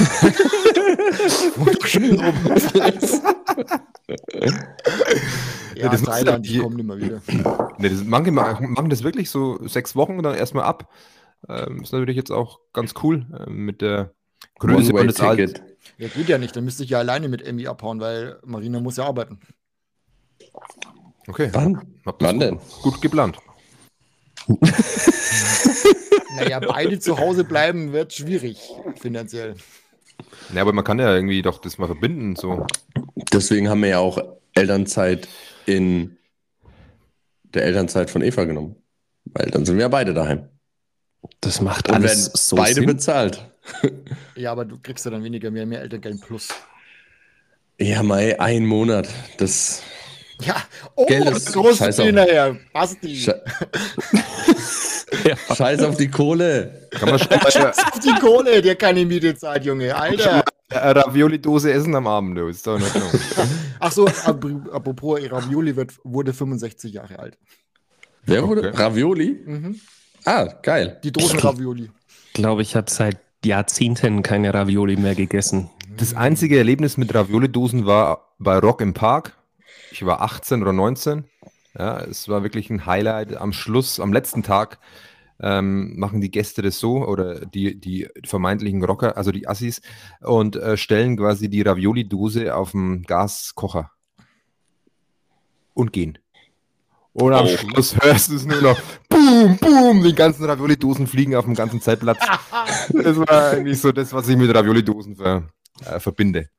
Ja, das Thailand, die kommen immer wieder. Nee, manche machen das wirklich so 6 Wochen und dann erstmal ab. Ist natürlich jetzt auch ganz cool mit der Größe von des Alters. Ja, geht ja nicht, dann müsste ich ja alleine mit Emmy abhauen, weil Marina muss ja arbeiten. Okay. Wann denn? Gut geplant. Naja, beide zu Hause bleiben wird schwierig, finanziell. Ja, aber man kann ja irgendwie doch das mal verbinden. So. Deswegen haben wir ja auch Elternzeit in der Elternzeit von Eva genommen. Weil dann sind wir ja beide daheim. Das macht Und alles werden so beide Sinn. bezahlt. Ja, aber du kriegst ja dann weniger, mehr Elterngeld plus. Ja, Mai, 1 Monat. Das Ja, oh, Geld das ist große scheiß Ziel nachher. Basti. Scheiß auf die Kohle. Kann man schon Auf die Kohle, der keine Miete zahlt, Junge. Alter. eine Ravioli-Dose essen am Abend. Du. Ist doch in Ordnung. Achso, apropos, Ravioli wurde 65 Jahre alt. Wer wurde? Okay. Ravioli? Mhm. Ah, geil. Die Dosen-Ravioli. Ich glaube, ich habe seit Jahrzehnten keine Ravioli mehr gegessen. Das einzige Erlebnis mit Ravioli-Dosen war bei Rock im Park. Ich war 18 oder 19. Ja, es war wirklich ein Highlight. Am Schluss, am letzten Tag, machen die Gäste das so oder die vermeintlichen Rocker, also die Assis, und stellen quasi die Ravioli-Dose auf den Gaskocher und gehen. Und am Schluss hörst du es nur noch boom, boom, die ganzen Ravioli-Dosen fliegen auf dem ganzen Zeltplatz. Das war eigentlich so das, was ich mit Ravioli-Dosen verbinde.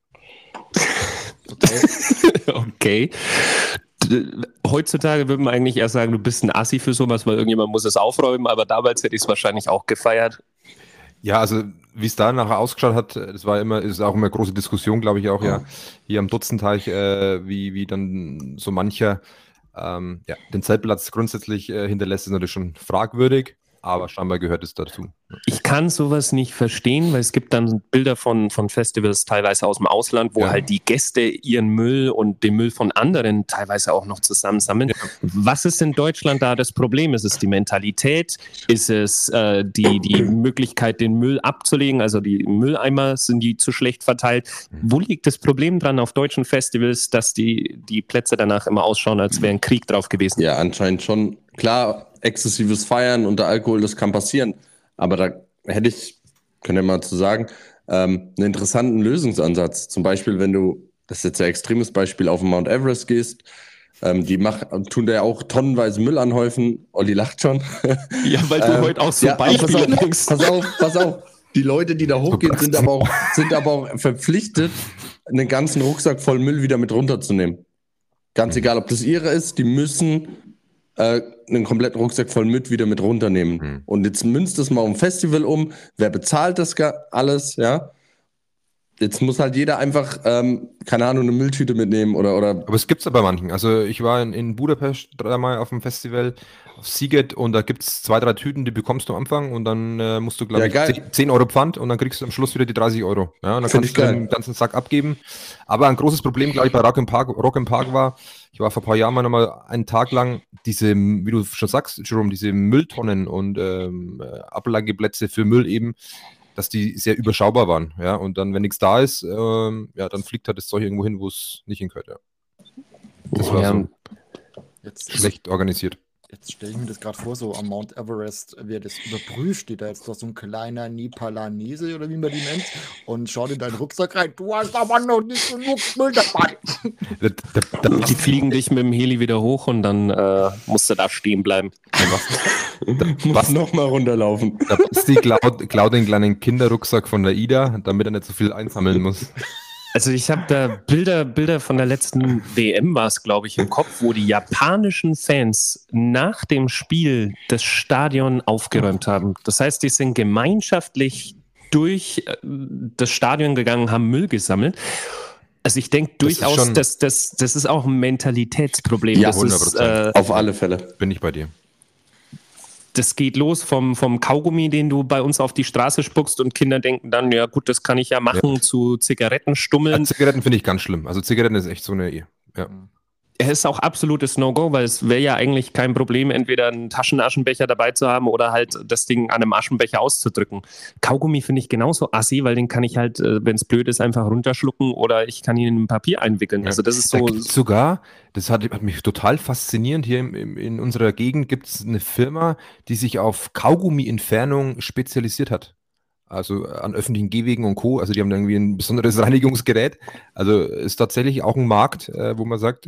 Okay. Heutzutage würde man eigentlich eher sagen, du bist ein Assi für sowas, weil irgendjemand muss es aufräumen, aber damals hätte ich es wahrscheinlich auch gefeiert. Ja, also wie es da nachher ausgeschaut hat, ist auch immer eine große Diskussion, glaube ich auch, ja, hier am Dutzenteich, wie dann so mancher den Zeltplatz grundsätzlich hinterlässt, ist natürlich schon fragwürdig. aber scheinbar gehört es dazu. Ich kann sowas nicht verstehen, weil es gibt dann Bilder von Festivals teilweise aus dem Ausland, wo halt die Gäste ihren Müll und den Müll von anderen teilweise auch noch zusammensammeln. Ja. Was ist in Deutschland da das Problem? Ist es die Mentalität? Ist es die Möglichkeit, den Müll abzulegen? Also die Mülleimer, sind die zu schlecht verteilt? Wo liegt das Problem dran auf deutschen Festivals, dass die Plätze danach immer ausschauen, als wäre ein Krieg drauf gewesen? Ja, anscheinend schon. Klar, exzessives Feiern unter Alkohol, das kann passieren. Aber da hätte ich, könnt ihr mal zu sagen, einen interessanten Lösungsansatz. Zum Beispiel, wenn du, das ist jetzt ein extremes Beispiel, auf den Mount Everest gehst, tun da ja auch tonnenweise Müll anhäufen. Olli lacht schon. Ja, weil du heute auch so Beispiele denkst. Pass auf. Die Leute, die da hochgehen, sind aber auch verpflichtet, einen ganzen Rucksack voll Müll wieder mit runterzunehmen. Ganz egal, ob das ihre ist, die müssen einen kompletten Rucksack voll wieder mit runternehmen. Und jetzt münzt es mal um Festival um. Wer bezahlt das alles, ja? Jetzt muss halt jeder einfach, keine Ahnung, eine Mülltüte mitnehmen oder. Aber es gibt's ja bei manchen. Also ich war in Budapest dreimal auf dem Festival, auf Sziget, und da gibt's 2, 3 Tüten, die bekommst du am Anfang, und dann musst du, glaube ich, 10 Euro Pfand, und dann kriegst du am Schluss wieder die 30 Euro. Ja, und dann kannst du den ganzen Sack abgeben. Aber ein großes Problem, glaube ich, bei Rock im Park war, ich war vor ein paar Jahren mal nochmal einen Tag lang diese, wie du schon sagst, Jerome, diese Mülltonnen und Ablageplätze für Müll eben, dass die sehr überschaubar waren, ja, und dann, wenn nichts da ist, dann fliegt halt das Zeug irgendwo hin, wo es nicht hingehört, ja. Das war so schlecht organisiert. Jetzt stelle ich mir das gerade vor, so am Mount Everest, wer das überprüft, steht da jetzt doch so ein kleiner Nepalanese oder wie man die nennt und schaut in deinen Rucksack rein. Du hast aber noch nicht genug Müll dabei. Die fliegen dich mit dem Heli wieder hoch und dann musst du da stehen bleiben. Was nochmal runterlaufen. Da Basti klaut den kleinen Kinderrucksack von der Ida, damit er nicht so viel einsammeln muss. Also ich habe da Bilder von der letzten WM, war es, glaube ich, im Kopf, wo die japanischen Fans nach dem Spiel das Stadion aufgeräumt haben. Das heißt, die sind gemeinschaftlich durch das Stadion gegangen, haben Müll gesammelt. Also ich denke durchaus, das ist auch ein Mentalitätsproblem. Ja, das 100%. Auf alle Fälle. Bin ich bei dir. Das geht los vom Kaugummi, den du bei uns auf die Straße spuckst, und Kinder denken dann, ja gut, das kann ich ja machen, zu Zigarettenstummeln. Ja, Zigaretten finde ich ganz schlimm. Also Zigaretten ist echt so eine... Ja. Es ist auch absolutes No-Go, weil es wäre ja eigentlich kein Problem, entweder einen Taschenaschenbecher dabei zu haben oder halt das Ding an einem Aschenbecher auszudrücken. Kaugummi finde ich genauso assi, weil den kann ich halt, wenn es blöd ist, einfach runterschlucken oder ich kann ihn in Papier einwickeln. Ja. Also das ist so... Da gibt's sogar, das hat mich total faszinierend, hier in unserer Gegend gibt es eine Firma, die sich auf Kaugummi-Entfernung spezialisiert hat. Also an öffentlichen Gehwegen und Co. Also die haben irgendwie ein besonderes Reinigungsgerät. Also ist tatsächlich auch ein Markt, wo man sagt,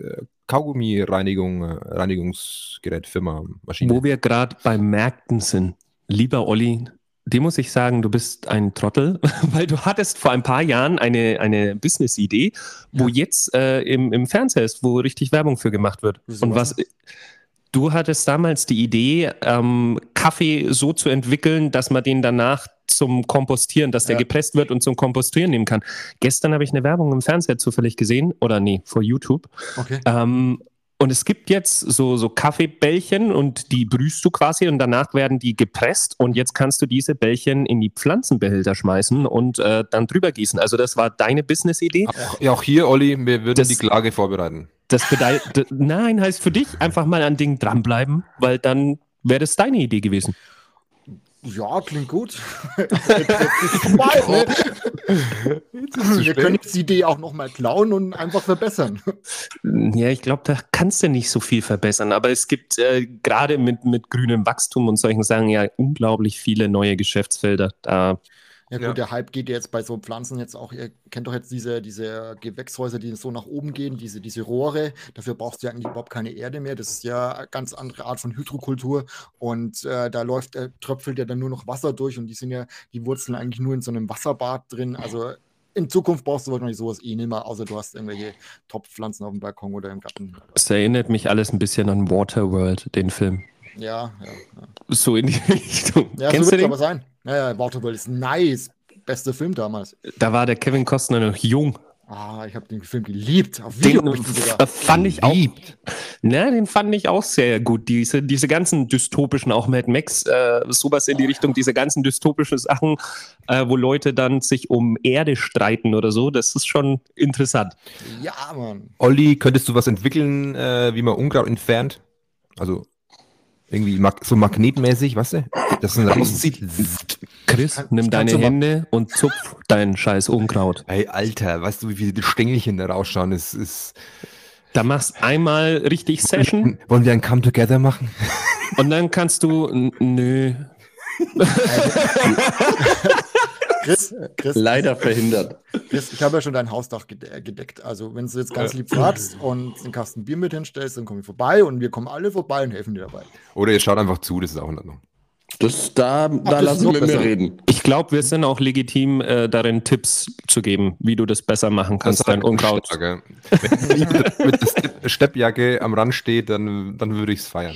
Kaugummi-Reinigungsgerät, Firma, Maschine. Wo wir gerade bei Märkten sind, lieber Olli, dem muss ich sagen, du bist ein Trottel, weil du hattest vor ein paar Jahren eine Business-Idee, wo jetzt im Fernseher ist, wo richtig Werbung für gemacht wird. Und du hattest damals die Idee, Kaffee so zu entwickeln, dass man den danach zum Kompostieren, dass der gepresst wird und zum Kompostieren nehmen kann. Gestern habe ich eine Werbung im Fernseher zufällig gesehen, vor YouTube. Okay. Und es gibt jetzt so Kaffeebällchen und die brühst du quasi und danach werden die gepresst und jetzt kannst du diese Bällchen in die Pflanzenbehälter schmeißen und dann drüber gießen. Also das war deine Business-Idee. Ja, auch hier, Olli, wir würden die Klage vorbereiten. Das bedeutet, nein, heißt für dich einfach mal an Dingen dranbleiben, weil dann wäre das deine Idee gewesen. Ja, klingt gut. Jetzt ist es mal, ne? Wir können jetzt die Idee auch nochmal klauen und einfach verbessern. Ja, ich glaube, da kannst du nicht so viel verbessern. Aber es gibt gerade mit grünem Wachstum und solchen Sachen ja unglaublich viele neue Geschäftsfelder. Ja gut, der Hype geht ja jetzt bei so Pflanzen jetzt auch, ihr kennt doch jetzt diese Gewächshäuser, die so nach oben gehen, diese Rohre, dafür brauchst du ja eigentlich überhaupt keine Erde mehr, das ist ja eine ganz andere Art von Hydrokultur und tröpfelt ja dann nur noch Wasser durch und die Wurzeln eigentlich nur in so einem Wasserbad drin, also in Zukunft brauchst du wahrscheinlich sowas nicht mehr, außer du hast irgendwelche Topfpflanzen auf dem Balkon oder im Garten. Es erinnert mich alles ein bisschen an Waterworld, den Film. Ja. So in die Richtung. Ja, Kennst so wird du es den? aber sein. Ja, Waterworld ist nice. Bester Film damals. Da war der Kevin Costner noch jung. Ich habe den Film geliebt. Auf Video Den fand ich auch. Ne, den fand ich auch sehr gut. Diese ganzen dystopischen, auch Mad Max, sowas in die Richtung, diese ganzen dystopischen Sachen, wo Leute dann sich um Erde streiten oder so, das ist schon interessant. Ja, Mann. Olli, könntest du was entwickeln, wie man Unkraut entfernt? Also irgendwie so magnetmäßig, weißt du? Dass man rauszieht. Chris, nimm deine Hände und zupf dein scheiß Unkraut. Ey, Alter, weißt du, wie viele Stängelchen da rausschauen? Da machst einmal richtig Session. Wollen wir ein Come Together machen? Und dann kannst du, nö. Chris, Leider verhindert. Chris, ich habe ja schon dein Hausdach gedeckt. Also, wenn du jetzt ganz lieb fragst und einen Kasten Bier mit hinstellst, dann komme ich vorbei und wir kommen alle vorbei und helfen dir dabei. Oder ihr schaut einfach zu, das ist auch in Ordnung. Da lassen wir mit mir reden. Ich glaube, wir sind auch legitim darin, Tipps zu geben, wie du das besser machen kannst, dein Unkraut. Wenn mit der Steppjacke am Rand steht, dann würde ich es feiern.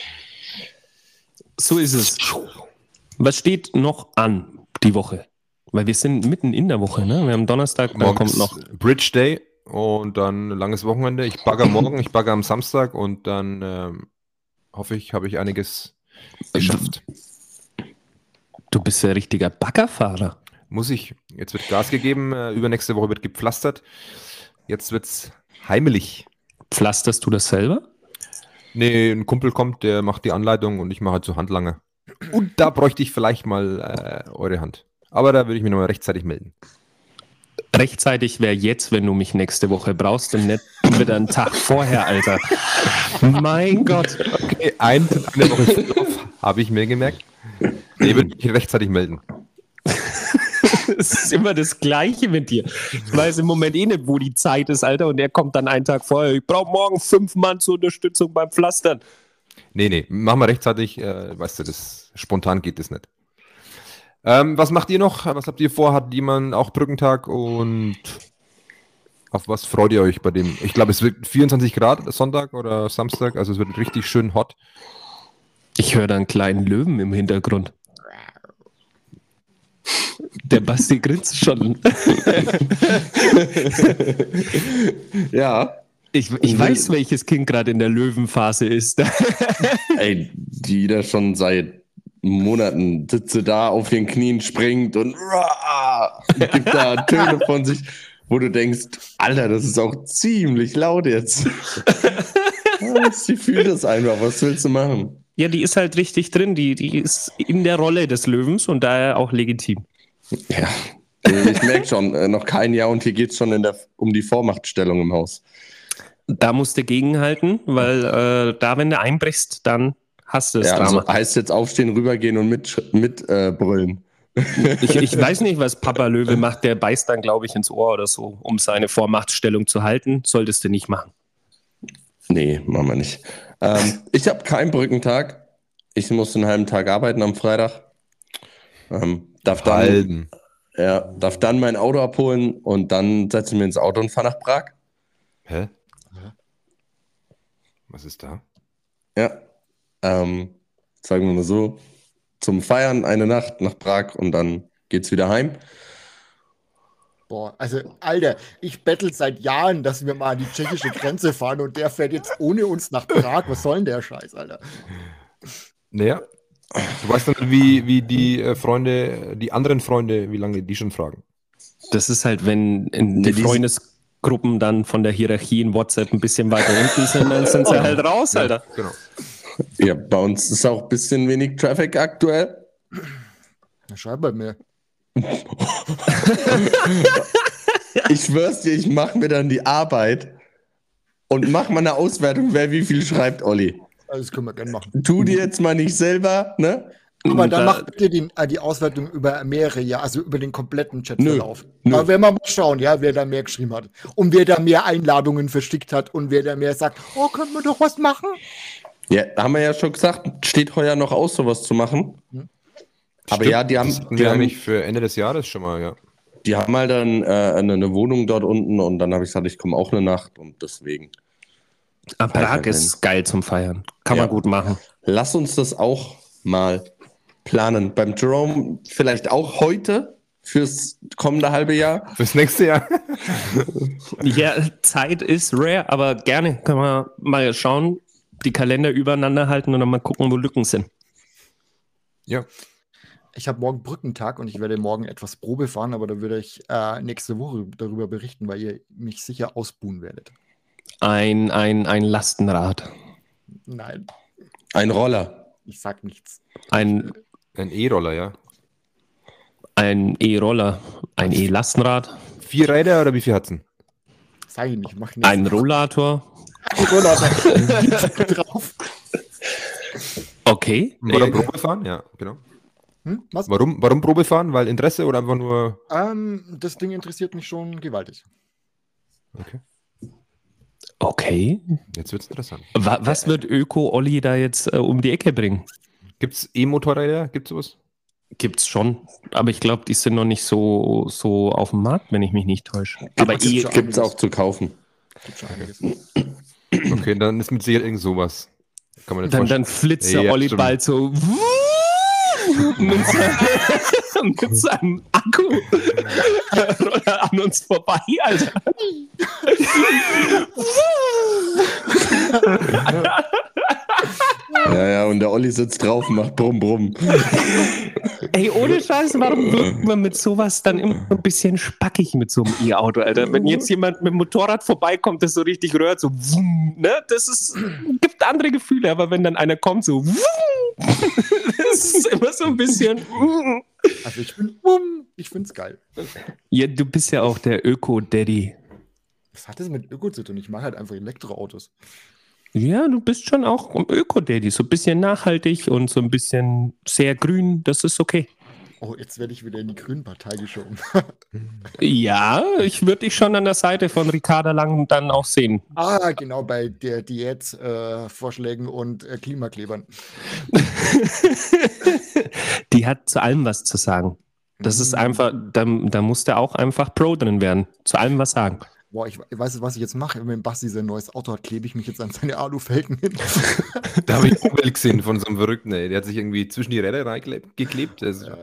So ist es. Was steht noch an die Woche? Weil wir sind mitten in der Woche, ne? Wir haben Donnerstag, da kommt noch Bridge Day und dann ein langes Wochenende. Ich bagger morgen, ich bagger am Samstag und dann hoffe ich, habe ich einiges geschafft. Du bist ja richtiger Baggerfahrer. Muss ich. Jetzt wird Gas gegeben, übernächste Woche wird gepflastert. Jetzt wird's heimelig. Pflasterst du das selber? Nee, ein Kumpel kommt, der macht die Anleitung und ich mache halt so Handlanger. Und da bräuchte ich vielleicht mal eure Hand. Aber da würde ich mich nochmal rechtzeitig melden. Rechtzeitig wäre jetzt, wenn du mich nächste Woche brauchst und nicht wieder einen Tag vorher, Alter. Mein Gott. Okay, eine Woche habe ich mir gemerkt. Nee, würde ich mich rechtzeitig melden. Es ist immer das Gleiche mit dir. Ich weiß im Moment eh nicht, wo die Zeit ist, Alter, und er kommt dann einen Tag vorher. Ich brauche morgen 5 Mann zur Unterstützung beim Pflastern. Nee, machen wir rechtzeitig. Weißt du, spontan geht das nicht. Was macht ihr noch? Was habt ihr vor? Hat jemand auch Brückentag? Und auf was freut ihr euch bei dem? Ich glaube, es wird 24 Grad Sonntag oder Samstag. Also es wird richtig schön hot. Ich höre da einen kleinen Löwen im Hintergrund. Der Basti grinst schon. Ja. Ich weiß, welches Kind gerade in der Löwenphase ist. Ey, die da schon seit Monaten sitze da auf den Knien, springt und gibt da Töne von sich, wo du denkst, Alter, das ist auch ziemlich laut jetzt. Sie fühlt das einfach, was willst du machen? Ja, die ist halt richtig drin, die ist in der Rolle des Löwens und daher auch legitim. Ja, ich merke schon, noch kein Jahr und hier geht es schon um die Vormachtstellung im Haus. Da musst du gegenhalten, weil wenn du einbrichst, dann hast du das Drama. Also heißt jetzt aufstehen, rübergehen und mit brüllen. Ich weiß nicht, was Papa Löwe macht, der beißt dann, glaube ich, ins Ohr oder so, um seine Vormachtstellung zu halten. Solltest du nicht machen. Nee, machen wir nicht. Ich habe keinen Brückentag. Ich muss einen halben Tag arbeiten am Freitag. Darf dann mein Auto abholen und dann setze ich mir ins Auto und fahre nach Prag. Hä? Was ist da? Ja. Sagen wir mal so, zum Feiern eine Nacht nach Prag und dann geht's wieder heim. Boah, also, Alter, ich bettel seit Jahren, dass wir mal an die tschechische Grenze fahren und der fährt jetzt ohne uns nach Prag. Was soll denn der Scheiß, Alter? Naja, du weißt dann, wie die die anderen Freunde, wie lange die schon fragen. Das ist halt, wenn die Freundesgruppen dann von der Hierarchie in WhatsApp ein bisschen weiter unten sind, dann sind sie halt raus, Alter. Ja, genau. Ja, bei uns ist auch ein bisschen wenig Traffic aktuell. Na, schreib bei mir. Ich schwör's dir, ich mache mir dann die Arbeit und mach mal eine Auswertung, wer wie viel schreibt, Olli. Das können wir gerne machen. Tu dir jetzt mal nicht selber, ne? Aber dann macht bitte die Auswertung über mehrere Jahre, also über den kompletten Chatverlauf. Aber wenn wir mal schauen, ja, wer da mehr geschrieben hat und wer da mehr Einladungen verschickt hat und wer da mehr sagt, oh, können wir doch was machen? Ja, haben wir ja schon gesagt, steht heuer noch aus, sowas zu machen. Aber Stimmt, ja, die haben eigentlich für Ende des Jahres schon mal, ja. Die haben halt dann eine Wohnung dort unten und dann habe ich gesagt, ich komme auch eine Nacht und deswegen. Prag ist geil zum Feiern. Kann man gut machen. Lass uns das auch mal planen. Beim Jerome vielleicht auch heute fürs kommende halbe Jahr? Fürs nächste Jahr. Ja, Zeit ist rare, aber gerne können wir mal schauen, die Kalender übereinander halten und dann mal gucken, wo Lücken sind. Ja. Ich habe morgen Brückentag und ich werde morgen etwas Probe fahren, aber da würde ich nächste Woche darüber berichten, weil ihr mich sicher ausbuhen werdet. Ein Lastenrad. Nein, Ein Roller. ich sag nichts. Ein E-Roller, ja. E-Roller. Ein E-Lastenrad. 4 Räder oder wie viel hat's denn? Sag ich nicht, mach nichts. Ein Rollator. drauf. Okay. Warum Probe fahren? Ja, genau. Was? Warum Probe fahren? Weil Interesse oder einfach nur... Das Ding interessiert mich schon gewaltig. Okay. Jetzt wird's interessant. Was wird Öko-Olli da jetzt um die Ecke bringen? Gibt's E-Motorräder? Gibt's sowas? Gibt's schon, aber ich glaube, die sind noch nicht so auf dem Markt, wenn ich mich nicht täusche. Aber Gibt's auch zu kaufen. Gibt schon einiges. Okay, dann ist mit Sicherheit irgend sowas. Kann man nicht dann flitzt der Ja, Olli stimmt. bald so mit seinem Akku an uns vorbei, Alter. Ja, und der Olli sitzt drauf und macht Brumm, Brumm. Ey, ohne Scheiß, warum wirkt man mit sowas dann immer ein bisschen spackig mit so einem E-Auto, Alter? Wenn jetzt jemand mit dem Motorrad vorbeikommt, das so richtig rührt, so wumm, ne? Gibt andere Gefühle, aber wenn dann einer kommt, so wumm, das ist immer so ein bisschen. Also ich find's geil. Ja, du bist ja auch der Öko-Daddy. Was hat das mit Öko zu tun? Ich mache halt einfach Elektroautos. Ja, du bist schon auch ein Öko-Daddy, so ein bisschen nachhaltig und so ein bisschen sehr grün, das ist okay. Oh, jetzt werde ich wieder in die Grünen-Partei geschoben. Ja, ich würde dich schon an der Seite von Ricarda Lang dann auch sehen. Genau, bei der Diät-Vorschlägen und Klimaklebern. Die hat zu allem was zu sagen. Das ist einfach, da muss der auch einfach Pro drin werden. Zu allem was sagen. Boah, ich weiß, was ich jetzt mache. Wenn Basti sein neues Auto hat, klebe ich mich jetzt an seine Alufelgen hin. Da habe ich auch mal gesehen von so einem Verrückten, ey. Der hat sich irgendwie zwischen die Räder reingeklebt.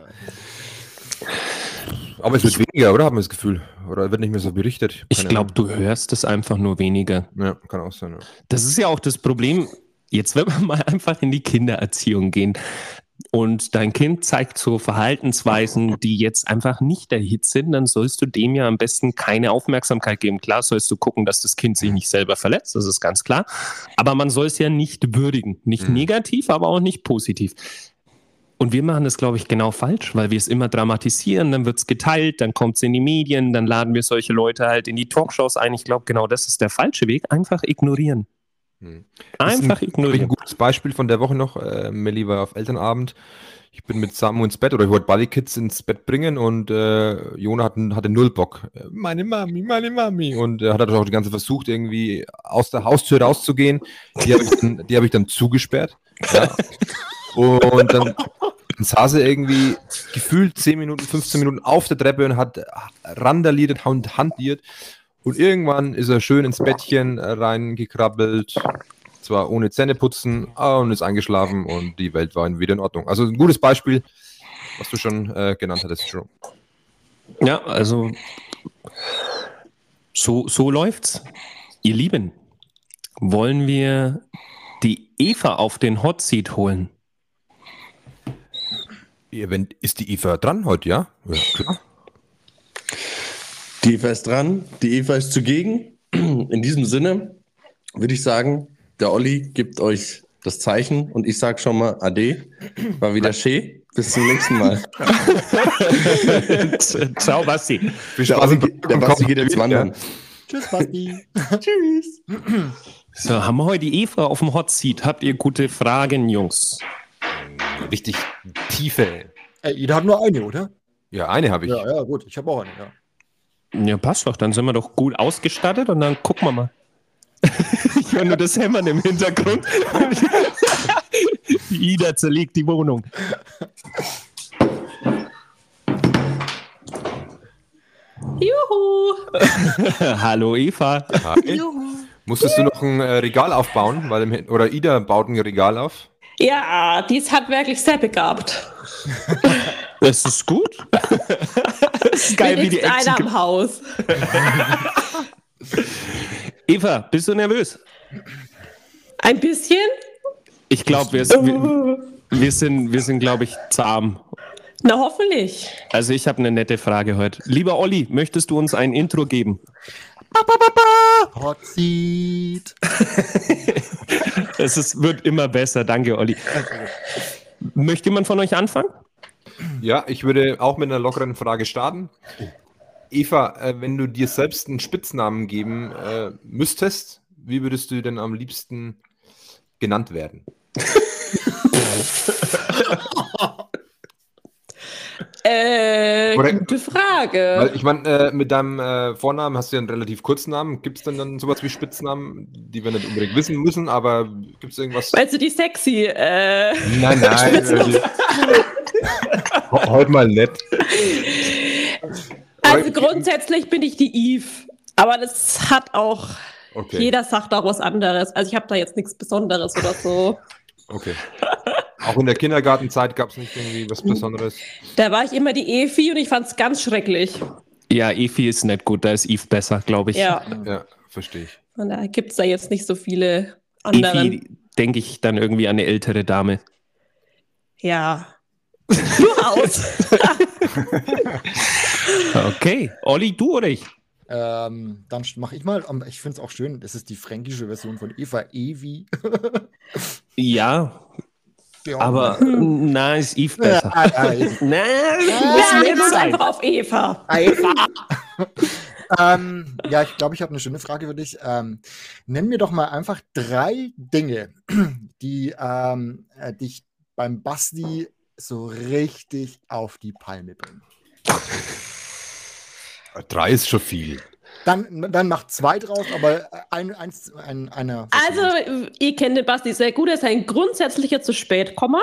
Aber es wird weniger, oder? Haben wir das Gefühl? Oder wird nicht mehr so berichtet? Ich Keine glaube, du hörst es einfach nur weniger. Ahnung. Ja, kann auch sein. Ja. Das ist ja auch das Problem. Jetzt, wenn wir mal einfach in die Kindererziehung gehen und dein Kind zeigt so Verhaltensweisen, die jetzt einfach nicht der Hit sind, dann sollst du dem ja am besten keine Aufmerksamkeit geben. Klar sollst du gucken, dass das Kind sich nicht selber verletzt, das ist ganz klar. Aber man soll es ja nicht würdigen. Nicht negativ, aber auch nicht positiv. Und wir machen das, glaube ich, genau falsch, weil wir es immer dramatisieren, dann wird es geteilt, dann kommt es in die Medien, dann laden wir solche Leute halt in die Talkshows ein. Ich glaube, genau das ist der falsche Weg. Einfach ignorieren. Einfach Ein ignorieren. gutes Beispiel von der Woche noch. Melli war auf Elternabend. Ich bin mit Samu ins Bett oder ich wollte Buddy Kids ins Bett bringen und Jona hatte null Bock. Meine Mami. Und er hat auch die ganze versucht, irgendwie aus der Haustür rauszugehen. Die habe ich dann zugesperrt. Ja. Und dann saß er irgendwie gefühlt 10 Minuten, 15 Minuten auf der Treppe und hat randaliert und hantiert. Und irgendwann ist er schön ins Bettchen reingekrabbelt, zwar ohne Zähneputzen, und ist eingeschlafen und die Welt war wieder in Ordnung. Also ein gutes Beispiel, was du schon genannt hattest, Jerome. Ja, also so läuft's. Ihr Lieben, wollen wir die Eva auf den Hot Seat holen? Ist die Eva dran heute, ja? Ja, klar. Die Eva ist dran, die Eva ist zugegen. In diesem Sinne würde ich sagen, der Olli gibt euch das Zeichen und ich sage schon mal Ade. War wieder schön. Bis zum nächsten Mal. Ciao, Basti. Der Basti geht jetzt wandern. Tschüss, Basti. Tschüss. So, haben wir heute die Eva auf dem Hot Seat? Habt ihr gute Fragen, Jungs? Richtig tiefe. Jeder hat nur eine, oder? Ja, eine habe ich. Ja, gut. Ich habe auch eine, ja. Ja, passt doch. Dann sind wir doch gut ausgestattet und dann gucken wir mal. Ich höre nur das Hämmern im Hintergrund. Ida zerlegt die Wohnung. Juhu! Hallo Eva. Hi. Musstest du noch ein Regal aufbauen? Oder Ida baut ein Regal auf? Ja, die ist handwerklich sehr begabt. Das ist gut. Das ist geil, wie die Action einer im Haus. Eva, bist du nervös? Ein bisschen? Ich glaube, wir sind, glaube ich, zahm. Na, hoffentlich. Also ich habe eine nette Frage heute. Lieber Olli, möchtest du uns ein Intro geben? Hot Seat. Wird immer besser. Danke, Olli. Möchte jemand von euch anfangen? Ja, ich würde auch mit einer lockeren Frage starten. Eva, wenn du dir selbst einen Spitznamen geben müsstest, wie würdest du denn am liebsten genannt werden? Gute Frage. Weil ich meine, mit deinem Vornamen hast du ja einen relativ kurzen Namen. Gibt es denn dann sowas wie Spitznamen, die wir nicht unbedingt wissen müssen, aber gibt es irgendwas? Meinst du die sexy? Nein. Heute mal nett. Also grundsätzlich bin ich die Eve, aber das hat auch, jeder sagt auch was anderes. Also ich habe da jetzt nichts Besonderes oder so. Okay. Auch in der Kindergartenzeit gab es nicht irgendwie was Besonderes? Da war ich immer die Evi und ich fand es ganz schrecklich. Ja, Evi ist nicht gut, da ist Eve besser, glaube ich. Ja, verstehe ich. und da gibt es da jetzt nicht so viele andere. Evi, denke ich dann irgendwie an eine ältere Dame. Ja, durchaus. Okay, Olli, du oder ich? Dann mache ich mal. Ich finde es auch schön, das ist die fränkische Version von Eva, Evi. Ja, aber na, ist Eve besser. Wir uns einfach auf Eva. Ja, ich glaube, ich habe eine schöne Frage für dich. Nenn mir doch mal einfach 3 Dinge, die dich beim Basti so richtig auf die Palme bringen. 3 ist schon viel. Dann macht 2 draus, aber einer. Also, ihr kennt den Basti sehr gut, er ist ein grundsätzlicher zu spät Komma.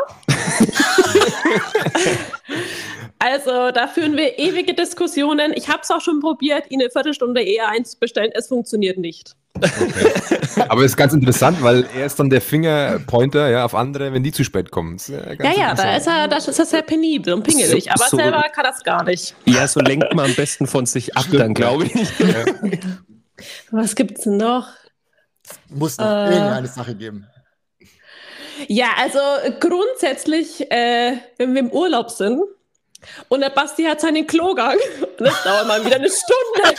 Also, da führen wir ewige Diskussionen. Ich habe es auch schon probiert, ihn eine Viertelstunde eher einzubestellen. Es funktioniert nicht. Okay. Aber es ist ganz interessant, weil er ist dann der Fingerpointer auf andere, wenn die zu spät kommen. Das ist sehr penibel und pingelig. Aber selber kann das gar nicht. Ja, so lenkt man am besten von sich ab, dann glaube ich. Ja. Was gibt's denn noch? Muss noch irgendeine Sache geben. Ja, also grundsätzlich, wenn wir im Urlaub sind und der Basti hat seinen Klogang, und das dauert mal wieder eine Stunde.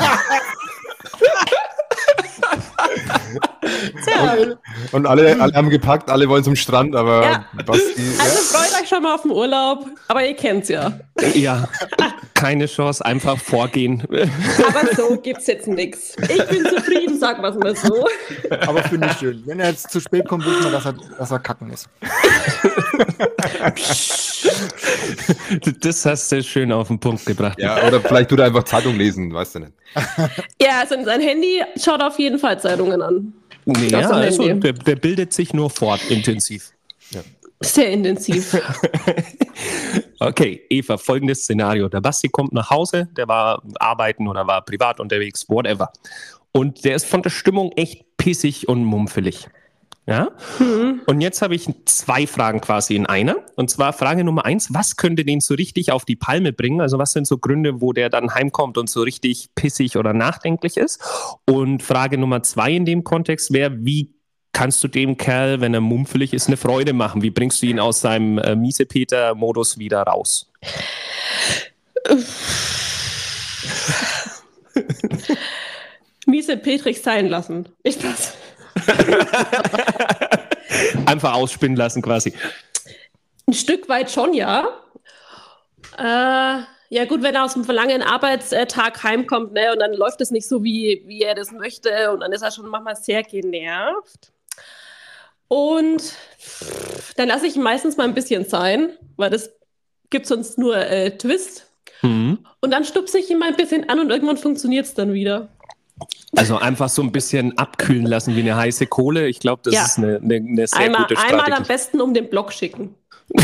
Und alle haben gepackt, alle wollen zum Strand, aber Basti. Also freut euch schon mal auf den Urlaub, aber ihr kennt's ja. Ja, keine Chance, einfach vorgehen. Aber so gibt's jetzt nichts. Ich bin zufrieden, sagen wir es mal so. Aber finde ich schön. Wenn er jetzt zu spät kommt, wissen wir, dass er kacken ist. Das hast du schön auf den Punkt gebracht. Ja, oder vielleicht tut er einfach Zeitung lesen, weißt du nicht. Ja, also sein Handy schaut auf jeden Fall Zeitungen an. Ja, also der bildet sich nur fort, intensiv. Ja. Sehr intensiv. Okay, Eva, folgendes Szenario. Der Basti kommt nach Hause, der war arbeiten oder war privat unterwegs, whatever. Und der ist von der Stimmung echt pissig und mumpfelig. Ja? Und jetzt habe ich 2 Fragen quasi in einer. Und zwar Frage Nummer 1, was könnte den so richtig auf die Palme bringen? Also was sind so Gründe, wo der dann heimkommt und so richtig pissig oder nachdenklich ist? Und Frage Nummer 2 in dem Kontext wäre, wie kannst du dem Kerl, wenn er mumpfelig ist, eine Freude machen? Wie bringst du ihn aus seinem Miesepeter-Modus wieder raus? Miesepetrig sein lassen. Ich weiß. Einfach ausspinnen lassen quasi. Ein Stück weit schon, ja. Ja gut, wenn er aus einem langen Arbeitstag heimkommt, ne, und dann läuft es nicht so, wie er das möchte, und dann ist er schon manchmal sehr genervt. Und dann lasse ich ihn meistens mal ein bisschen sein, weil das gibt sonst nur Twist. Und dann stupse ich ihn mal ein bisschen an und irgendwann funktioniert es dann wieder. Also einfach so ein bisschen abkühlen lassen wie eine heiße Kohle. Ich glaube, das ist eine sehr gute Strategie. Einmal am besten um den Block schicken.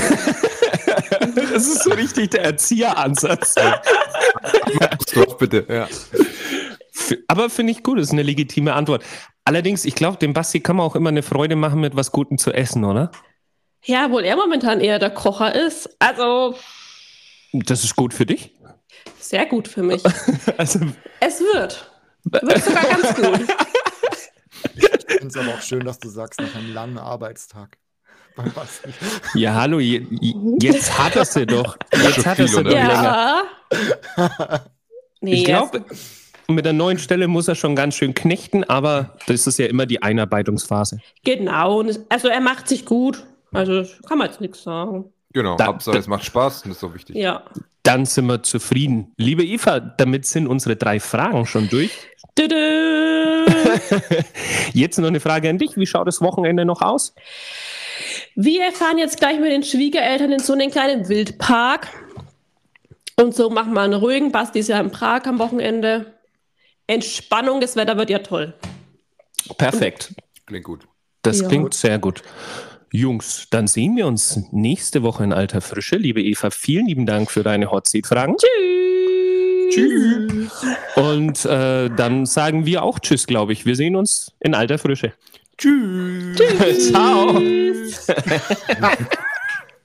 Das ist so richtig der Erzieheransatz. Stopp bitte, ja. Aber finde ich gut, das ist eine legitime Antwort. Allerdings, ich glaube, dem Basti kann man auch immer eine Freude machen mit was Gutem zu essen, oder? Ja, obwohl er momentan eher der Kocher ist. Also, Das ist gut für dich. Sehr gut für mich. Also, Es wird. Wird sogar ganz gut. Ich finde es aber auch schön, dass du sagst, nach einem langen Arbeitstag. Beim Basti. ja, hallo, jetzt hat er sie doch. Jetzt hat er sie viel, doch oder? länger. Ja. Nee, Ich glaube, mit der neuen Stelle muss er schon ganz schön knechten, aber das ist ja immer die Einarbeitungsphase. genau. Also er macht sich gut. Also kann man jetzt nichts sagen. Genau, Hauptsache es macht Spaß und das ist so wichtig. Ja. Dann sind wir zufrieden. Liebe Eva, damit sind unsere 3 Fragen schon durch. Tüdü. Jetzt noch eine Frage an dich. Wie schaut das Wochenende noch aus? Wir fahren jetzt gleich mit den Schwiegereltern in so einen kleinen Wildpark. Und so machen wir einen ruhigen. Basti ist ja in Prag am Wochenende. Entspannung, das Wetter wird ja toll. Perfekt. Klingt gut. Das Ja. klingt sehr gut. Jungs, dann sehen wir uns nächste Woche in alter Frische. Liebe Eva, vielen lieben Dank für deine Hot Seat Fragen. Tschüss. Und dann sagen wir auch Tschüss, glaube ich. Wir sehen uns in alter Frische. Tschüss. Ciao. Tschüss.